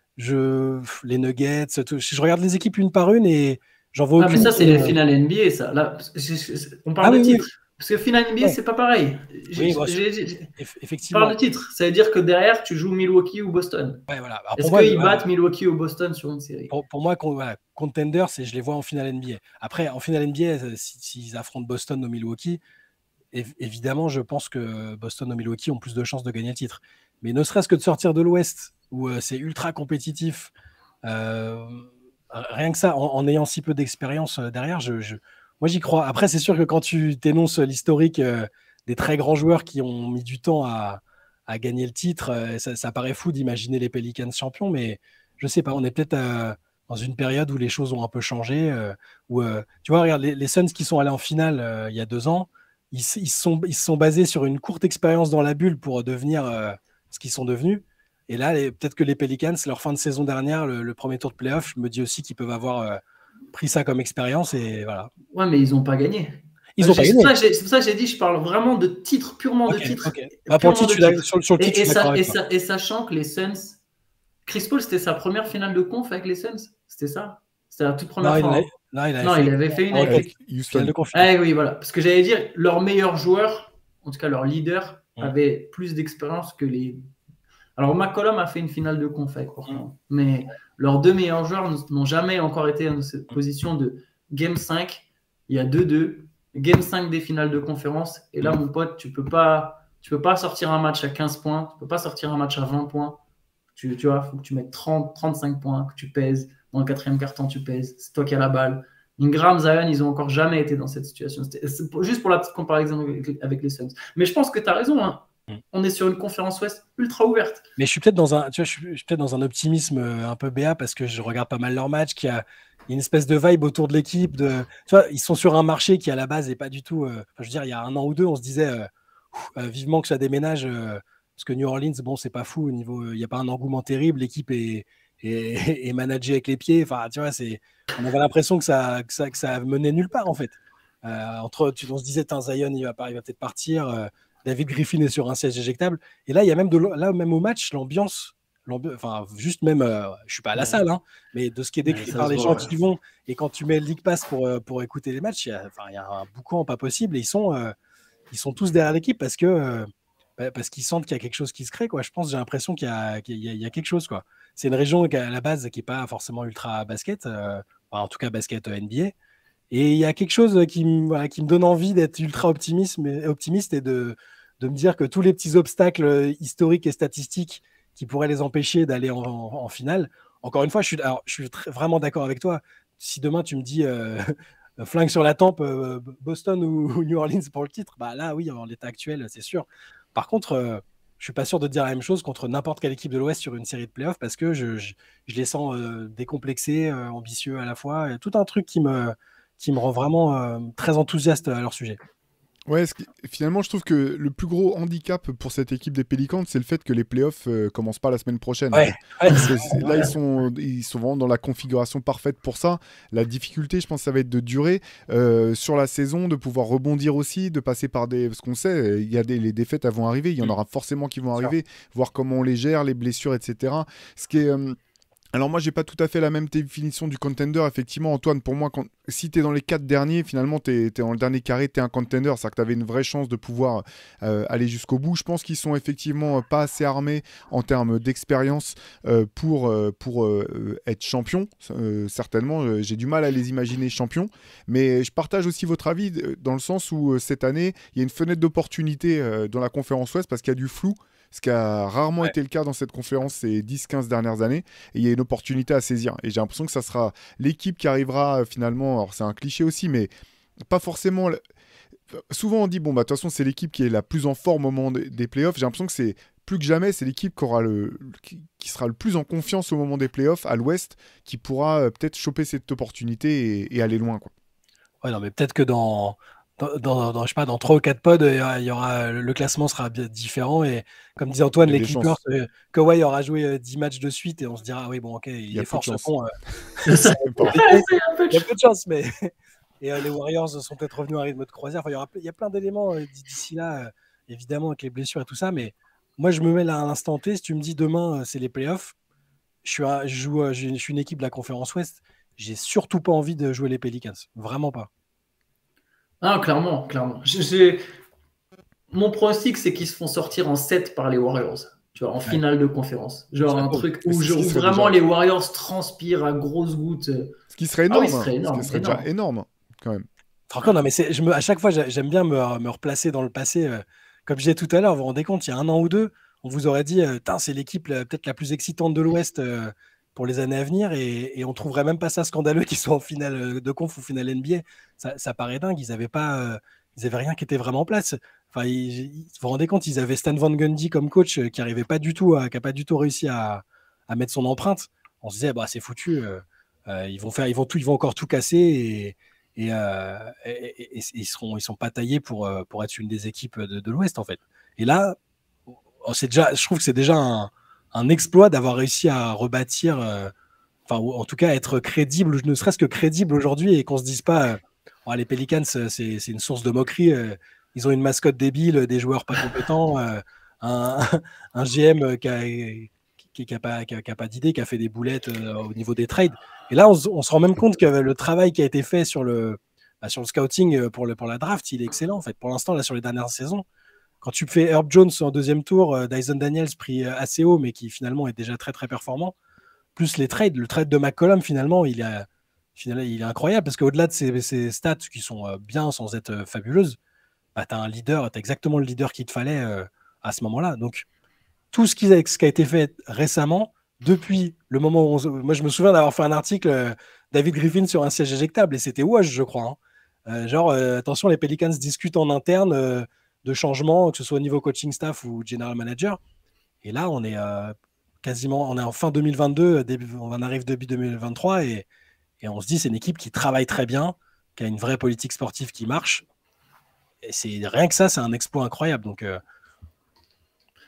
Les Nuggets, je regarde les équipes une par une et j'en vois aucune. Mais ça, c'est les finales NBA, ça. Là, on parle de titre. Parce que finale NBA, c'est pas pareil. Effectivement. Je parle de titre. Ça veut dire que derrière, tu joues Milwaukee ou Boston. Ouais, voilà. Est-ce qu'ils battent Milwaukee ou Boston sur une série? Pour moi, contender, je les vois en finale NBA. Après, en finale NBA, s'ils affrontent Boston ou Milwaukee, évidemment, je pense que Boston ou Milwaukee ont plus de chances de gagner le titre. Mais ne serait-ce que de sortir de l'Ouest, où c'est ultra compétitif, rien que ça, en ayant si peu d'expérience derrière, moi, j'y crois. Après, c'est sûr que quand tu t'énonces l'historique des très grands joueurs qui ont mis du temps à gagner le titre, ça paraît fou d'imaginer les Pelicans champions, mais je sais pas, on est peut-être dans une période où les choses ont un peu changé. Tu vois, regarde, les Suns qui sont allés en finale il y a 2 ans, ils se sont basés sur une courte expérience dans la bulle pour devenir ce qu'ils sont devenus. Et là, peut-être que les Pelicans, leur fin de saison dernière, le premier tour de playoff, je me dis aussi qu'ils peuvent avoir pris ça comme expérience et voilà. Ouais, mais ils n'ont pas gagné. Ils ont pas gagné. C'est pour ça que j'ai dit, je parle vraiment de titre, purement de titre. Okay. Pour le titre, sur le titre, et sachant que les Suns, Chris Paul, c'était sa première finale de conf avec les Suns, c'était ça. C'était la toute première fois. Il avait fait une avec Houston. de conf. Oui, voilà. Parce que j'allais dire, leur meilleur joueur, en tout cas leur leader, avait plus d'expérience que les. Alors, McCollum a fait une finale de conf avec Portland, mais leurs 2 meilleurs joueurs n'ont jamais encore été dans cette position de Game 5. Il y a 2-2. Game 5 des finales de conférence. Et là, mon pote, tu peux pas sortir un match à 15 points. Tu peux pas sortir un match à 20 points. Tu vois, il faut que tu mettes 30, 35 points, que tu pèses. Dans le 4e quart-temps, tu pèses. C'est toi qui as la balle. Ingram, Zion, ils n'ont encore jamais été dans cette situation. C'est juste pour la petite comparaison avec les Suns. Mais je pense que tu as raison, hein. On est sur une conférence Ouest ultra ouverte. Mais je suis peut-être dans un optimisme un peu béat parce que je regarde pas mal leurs matchs, qu'il y a une espèce de vibe autour de l'équipe. Tu vois, ils sont sur un marché qui à la base est pas du tout. Je veux dire, il y a 1 an ou 2, on se disait vivement que ça déménage parce que New Orleans, bon, c'est pas fou au niveau, il n'y a pas un engouement terrible, l'équipe est managée avec les pieds. Enfin, tu vois, on avait l'impression que ça menait nulle part en fait. On se disait, Zion, il va peut-être partir. David Griffin est sur un siège éjectable. Et là, il y a même même au match, l'ambiance. Enfin, juste même, je suis pas à la salle, hein, mais de ce qui est décrit par les gens qui vont, et quand tu mets le League Pass pour écouter les matchs, il y a un boucan pas possible, et ils sont tous derrière l'équipe parce qu'ils sentent qu'il y a quelque chose qui se crée, quoi. Je pense, j'ai l'impression qu'il y a quelque chose, quoi. C'est une région à la base qui est pas forcément ultra basket, en tout cas basket NBA, et il y a quelque chose qui me donne envie d'être ultra optimiste et de me dire que tous les petits obstacles historiques et statistiques qui pourraient les empêcher d'aller en finale. Encore une fois, je suis vraiment d'accord avec toi. Si demain tu me dis flingue sur la tempe, Boston ou New Orleans pour le titre, bah là oui, en l'état actuel, c'est sûr. Par contre, je suis pas sûr de dire la même chose contre n'importe quelle équipe de l'Ouest sur une série de playoffs, parce que je les sens décomplexés, ambitieux à la fois. Tout un truc qui me rend vraiment très enthousiaste à leur sujet. Ouais, finalement, je trouve que le plus gros handicap pour cette équipe des Pelicans, c'est le fait que les playoffs commencent pas la semaine prochaine. Ouais, là, ils sont vraiment dans la configuration parfaite pour ça. La difficulté, je pense, ça va être de durer sur la saison, de pouvoir rebondir aussi, de passer par parce qu'on sait, les défaites elles vont arriver, il y en aura forcément qui vont arriver, voir comment on les gère, les blessures, etc. Ce qui est alors moi, j'ai pas tout à fait la même définition du contender. Effectivement, Antoine, pour moi, si tu es dans les 4 derniers, finalement, tu es dans le dernier carré, tu es un contender. C'est-à-dire que tu avais une vraie chance de pouvoir aller jusqu'au bout. Je pense qu'ils sont effectivement pas assez armés en termes d'expérience pour être champions. Certainement, j'ai du mal à les imaginer champions. Mais je partage aussi votre avis dans le sens où cette année, il y a une fenêtre d'opportunité dans la conférence Ouest parce qu'il y a du flou. Ce qui a rarement été le cas dans cette conférence ces 10-15 dernières années. Et il y a une opportunité à saisir. Et j'ai l'impression que ça sera l'équipe qui arrivera finalement, alors c'est un cliché aussi, mais pas forcément... Souvent on dit, bon, bah de toute façon c'est l'équipe qui est la plus en forme au moment des playoffs. J'ai l'impression que c'est plus que jamais, c'est l'équipe qui sera le plus en confiance au moment des playoffs à l'Ouest, qui pourra peut-être choper cette opportunité et aller loin, quoi. Ouais, non, mais peut-être que dans je sais pas, dans 3 ou 4 pods, le classement sera différent. Et comme disait Antoine, les Clippers, Kawhi aura joué 10 matchs de suite et on se dira, oui, bon, ok, il est fort ce con. Il y a peu de chance, mais. Et les Warriors sont peut-être revenus à un rythme de croisière. Enfin, il y a plein d'éléments d'ici là, évidemment, avec les blessures et tout ça. Mais moi, je me mets là à l'instant T. Si tu me dis demain, c'est les playoffs, je suis une équipe de la conférence Ouest. J'ai surtout pas envie de jouer les Pelicans. Vraiment pas. Ah, clairement. Mon pronostic, c'est qu'ils se font sortir en 7 par les Warriors. Tu vois, en finale de conférence. Genre un truc où vraiment les Warriors transpirent à grosses gouttes. Ce qui serait énorme. Ce qui serait déjà énorme, quand même. Non, mais à chaque fois, j'aime bien me replacer dans le passé. Comme je disais tout à l'heure, vous vous rendez compte, il y a 1 an ou 2, on vous aurait dit, c'est l'équipe peut-être la plus excitante de l'Ouest pour les années à venir, et on trouverait même pas ça scandaleux qu'ils soient en finale de conf ou finale NBA. Ça paraît dingue. Ils avaient rien qui était vraiment en place. Enfin, vous vous rendez compte, ils avaient Stan Van Gundy comme coach qui n'a pas du tout réussi à mettre son empreinte. On se disait, bah, c'est foutu. Ils vont encore tout casser et ils sont pas taillés pour être une des équipes de l'Ouest, en fait. Et là, je trouve que c'est déjà un exploit d'avoir réussi à rebâtir, ou en tout cas être crédible, ne serait-ce que crédible aujourd'hui, et qu'on se dise pas les Pelicans, c'est une source de moquerie. Ils ont une mascotte débile, des joueurs pas compétents, un GM qui a pas d'idée, qui a fait des boulettes au niveau des trades. Et là, on se rend même compte que le travail qui a été fait sur le scouting pour la draft, il est excellent, en fait. Pour l'instant, là, sur les dernières saisons, quand tu fais Herb Jones en 2e tour, Dyson Daniels pris assez haut, mais qui finalement est déjà très très performant, plus le trade de McCollum, finalement, il est incroyable, parce qu'au-delà de ses stats qui sont bien sans être fabuleuses, bah, tu as un leader, tu as exactement le leader qu'il te fallait à ce moment-là. Donc, tout ce qui a été fait récemment, depuis le moment où moi je me souviens d'avoir fait un article David Griffin sur un siège éjectable, et c'était Wash, je crois. Attention, les Pelicans discutent en interne de changements, que ce soit au niveau coaching staff ou general manager. Et là, on est on est en fin 2022, on arrive début 2023, et on se dit c'est une équipe qui travaille très bien, qui a une vraie politique sportive qui marche. Et rien que ça, c'est un exploit incroyable. Donc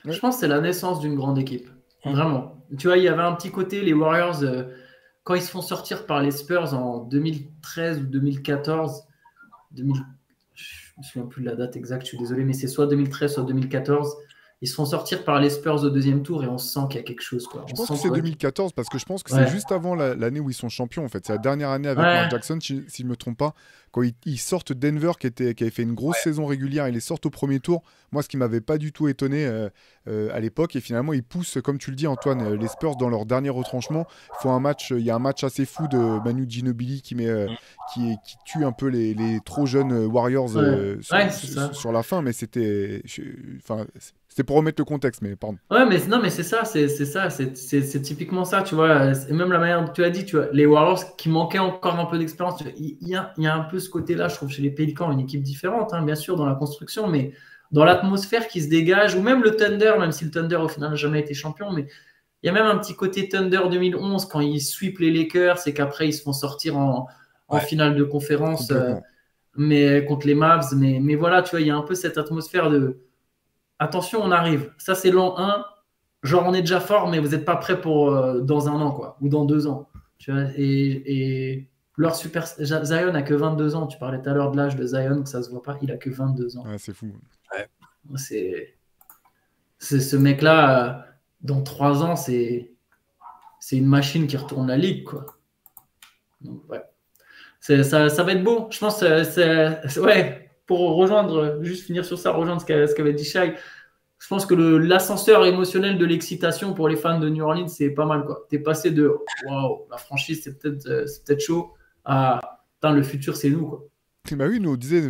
Je pense que c'est la naissance d'une grande équipe. Vraiment. Tu vois, il y avait un petit côté, les Warriors, quand ils se font sortir par les Spurs en 2013 ou 2014, je ne me souviens plus de la date exacte, je suis désolé, mais c'est soit 2013, soit 2014. Ils se font sortir par les Spurs au deuxième tour et on sent qu'il y a quelque chose. Quoi. Je pense que c'est 2014 parce que je pense que c'est juste avant l'année où ils sont champions. En fait, c'est la dernière année avec Mark Jackson, si je ne me trompe pas. Quand ils sortent Denver, qui avait fait une grosse saison régulière, ils les sortent au premier tour. Moi, ce qui m'avait pas du tout étonné à l'époque, et finalement, ils poussent, comme tu le dis, Antoine, les Spurs dans leur dernier retranchement. Il y a un match assez fou de Manu Ginobili qui tue un peu les trop jeunes Warriors sur la fin, mais c'était pour remettre le contexte, mais pardon. Ouais, mais non, mais c'est ça, c'est typiquement ça, tu vois. Et même la manière dont tu as dit, tu vois, les Warriors qui manquaient encore un peu d'expérience, il y a un peu ce côté-là, je trouve, chez les Pélicans, une équipe différente, bien sûr, dans la construction, mais dans l'atmosphère qui se dégage, ou même le Thunder, même si le Thunder, au final, n'a jamais été champion, mais il y a même un petit côté Thunder 2011, quand ils sweepent les Lakers, et qu'après, ils se font sortir en finale de conférence, mais contre les Mavs, mais voilà, tu vois, il y a un peu cette atmosphère de attention, on arrive. Ça, c'est l'an 1. Genre, on est déjà fort, mais vous n'êtes pas prêt pour dans un an, quoi, ou dans 2 ans. Tu vois, et leur super Zion n'a que 22 ans. Tu parlais tout à l'heure de l'âge de Zion, que ça ne se voit pas. Il a que 22 ans. Ouais, c'est fou. Ouais. C'est ce mec-là, dans 3 ans, c'est une machine qui retourne la ligue, quoi. Donc, ouais. Ça va être beau. Je pense pour rejoindre, juste finir sur ça, rejoindre ce qu'avait dit Shai, je pense que l'ascenseur émotionnel de l'excitation pour les fans de New Orleans, c'est pas mal, quoi. T'es passé de waouh, la franchise, c'est peut-être chaud, à le futur, c'est nous, quoi. Bah oui, nous on disait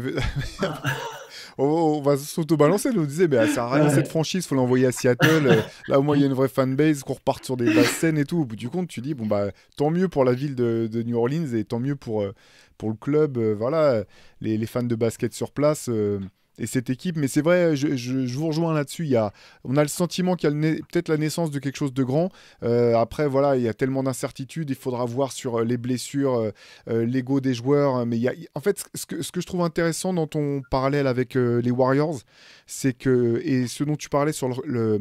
on va s'auto-balancer, nous on disait mais ça sert à rien cette franchise, faut l'envoyer à Seattle, là au moins il y a une vraie fanbase, qu'on reparte sur des basses scènes et tout. Au bout du compte, tu dis bon bah tant mieux pour la ville de New Orleans et tant mieux pour le club, voilà, les fans de basket sur place et cette équipe. Mais c'est vrai, je vous rejoins là-dessus. On a le sentiment qu'il y a peut-être la naissance de quelque chose de grand. Après, voilà, il y a tellement d'incertitudes. Il faudra voir sur les blessures, l'ego des joueurs. Mais en fait, ce que je trouve intéressant dans ton parallèle avec les Warriors, c'est que, et ce dont tu parlais sur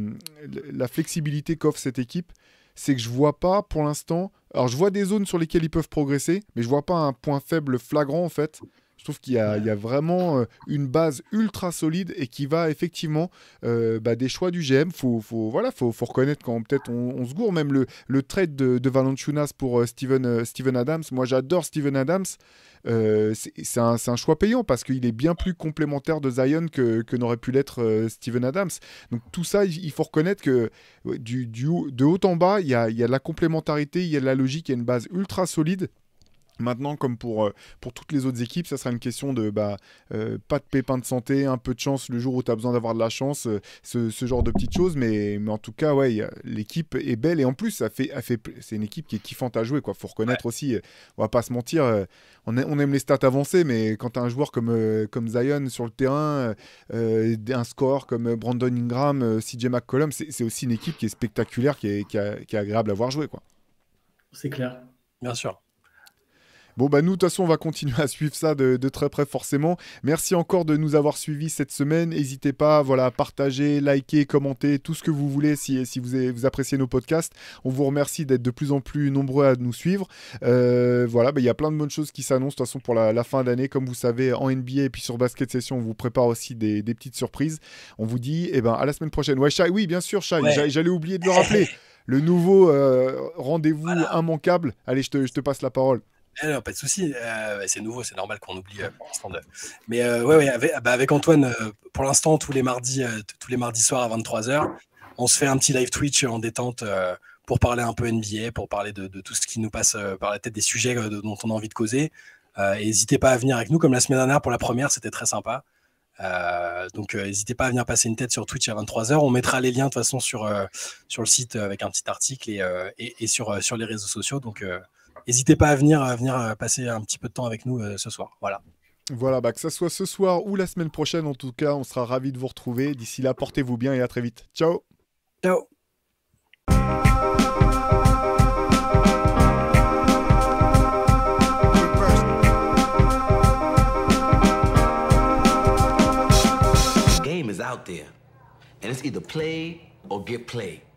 la flexibilité qu'offre cette équipe, c'est que je vois pas pour l'instant. Alors, je vois des zones sur lesquelles ils peuvent progresser, mais je vois pas un point faible flagrant en fait. Je trouve qu'il y a vraiment une base ultra solide et qui va effectivement des choix du GM. Faut reconnaître quand peut-être on se gourre. Même le trade de Valanciunas pour Steven Adams. Moi, j'adore Steven Adams. C'est un choix payant parce qu'il est bien plus complémentaire de Zion que n'aurait pu l'être Steven Adams. Donc tout ça, il faut reconnaître que de haut en bas, il y a de la complémentarité, il y a de la logique, il y a une base ultra solide. Maintenant, comme pour toutes les autres équipes, ça sera une question de pas de pépins de santé, un peu de chance le jour où tu as besoin d'avoir de la chance, ce genre de petites choses. Mais en tout cas, ouais, l'équipe est belle. Et en plus, c'est une équipe qui est kiffante à jouer, quoi. Faut reconnaître aussi, on va pas se mentir, on aime les stats avancées, mais quand tu as un joueur comme Zion sur le terrain, un score comme Brandon Ingram, CJ McCollum, c'est aussi une équipe qui est spectaculaire, qui est agréable à voir jouer, quoi. C'est clair. Bien sûr. Bon, nous, de toute façon, on va continuer à suivre ça de très près, forcément. Merci encore de nous avoir suivis cette semaine. N'hésitez pas à partager, liker, commenter, tout ce que vous voulez si vous appréciez nos podcasts. On vous remercie d'être de plus en plus nombreux à nous suivre. Il y a plein de bonnes choses qui s'annoncent, de toute façon, pour la fin d'année. Comme vous savez, en NBA et puis sur Basket Session, on vous prépare aussi des petites surprises. On vous dit à la semaine prochaine. Ouais, Shai, oui, bien sûr, Shai. Ouais. J'allais oublier de le rappeler. Le nouveau rendez-vous immanquable. Allez, je te passe la parole. Non, pas de souci, c'est nouveau, c'est normal qu'on oublie pour l'instant. Mais avec Antoine, pour l'instant, tous les mardis soirs à 23h, on se fait un petit live Twitch en détente pour parler un peu NBA, pour parler de tout ce qui nous passe par la tête, des sujets dont on a envie de causer. Et n'hésitez pas à venir avec nous, comme la semaine dernière pour la première, c'était très sympa. Donc n'hésitez pas à venir passer une tête sur Twitch à 23h. On mettra les liens de toute façon sur le site avec un petit article et sur les réseaux sociaux. Donc n'hésitez pas à venir passer un petit peu de temps avec nous ce soir. Voilà, que ça soit ce soir ou la semaine prochaine, en tout cas, on sera ravis de vous retrouver. D'ici là, portez-vous bien et à très vite. Ciao. Ciao. Out there, and it's either play or get played.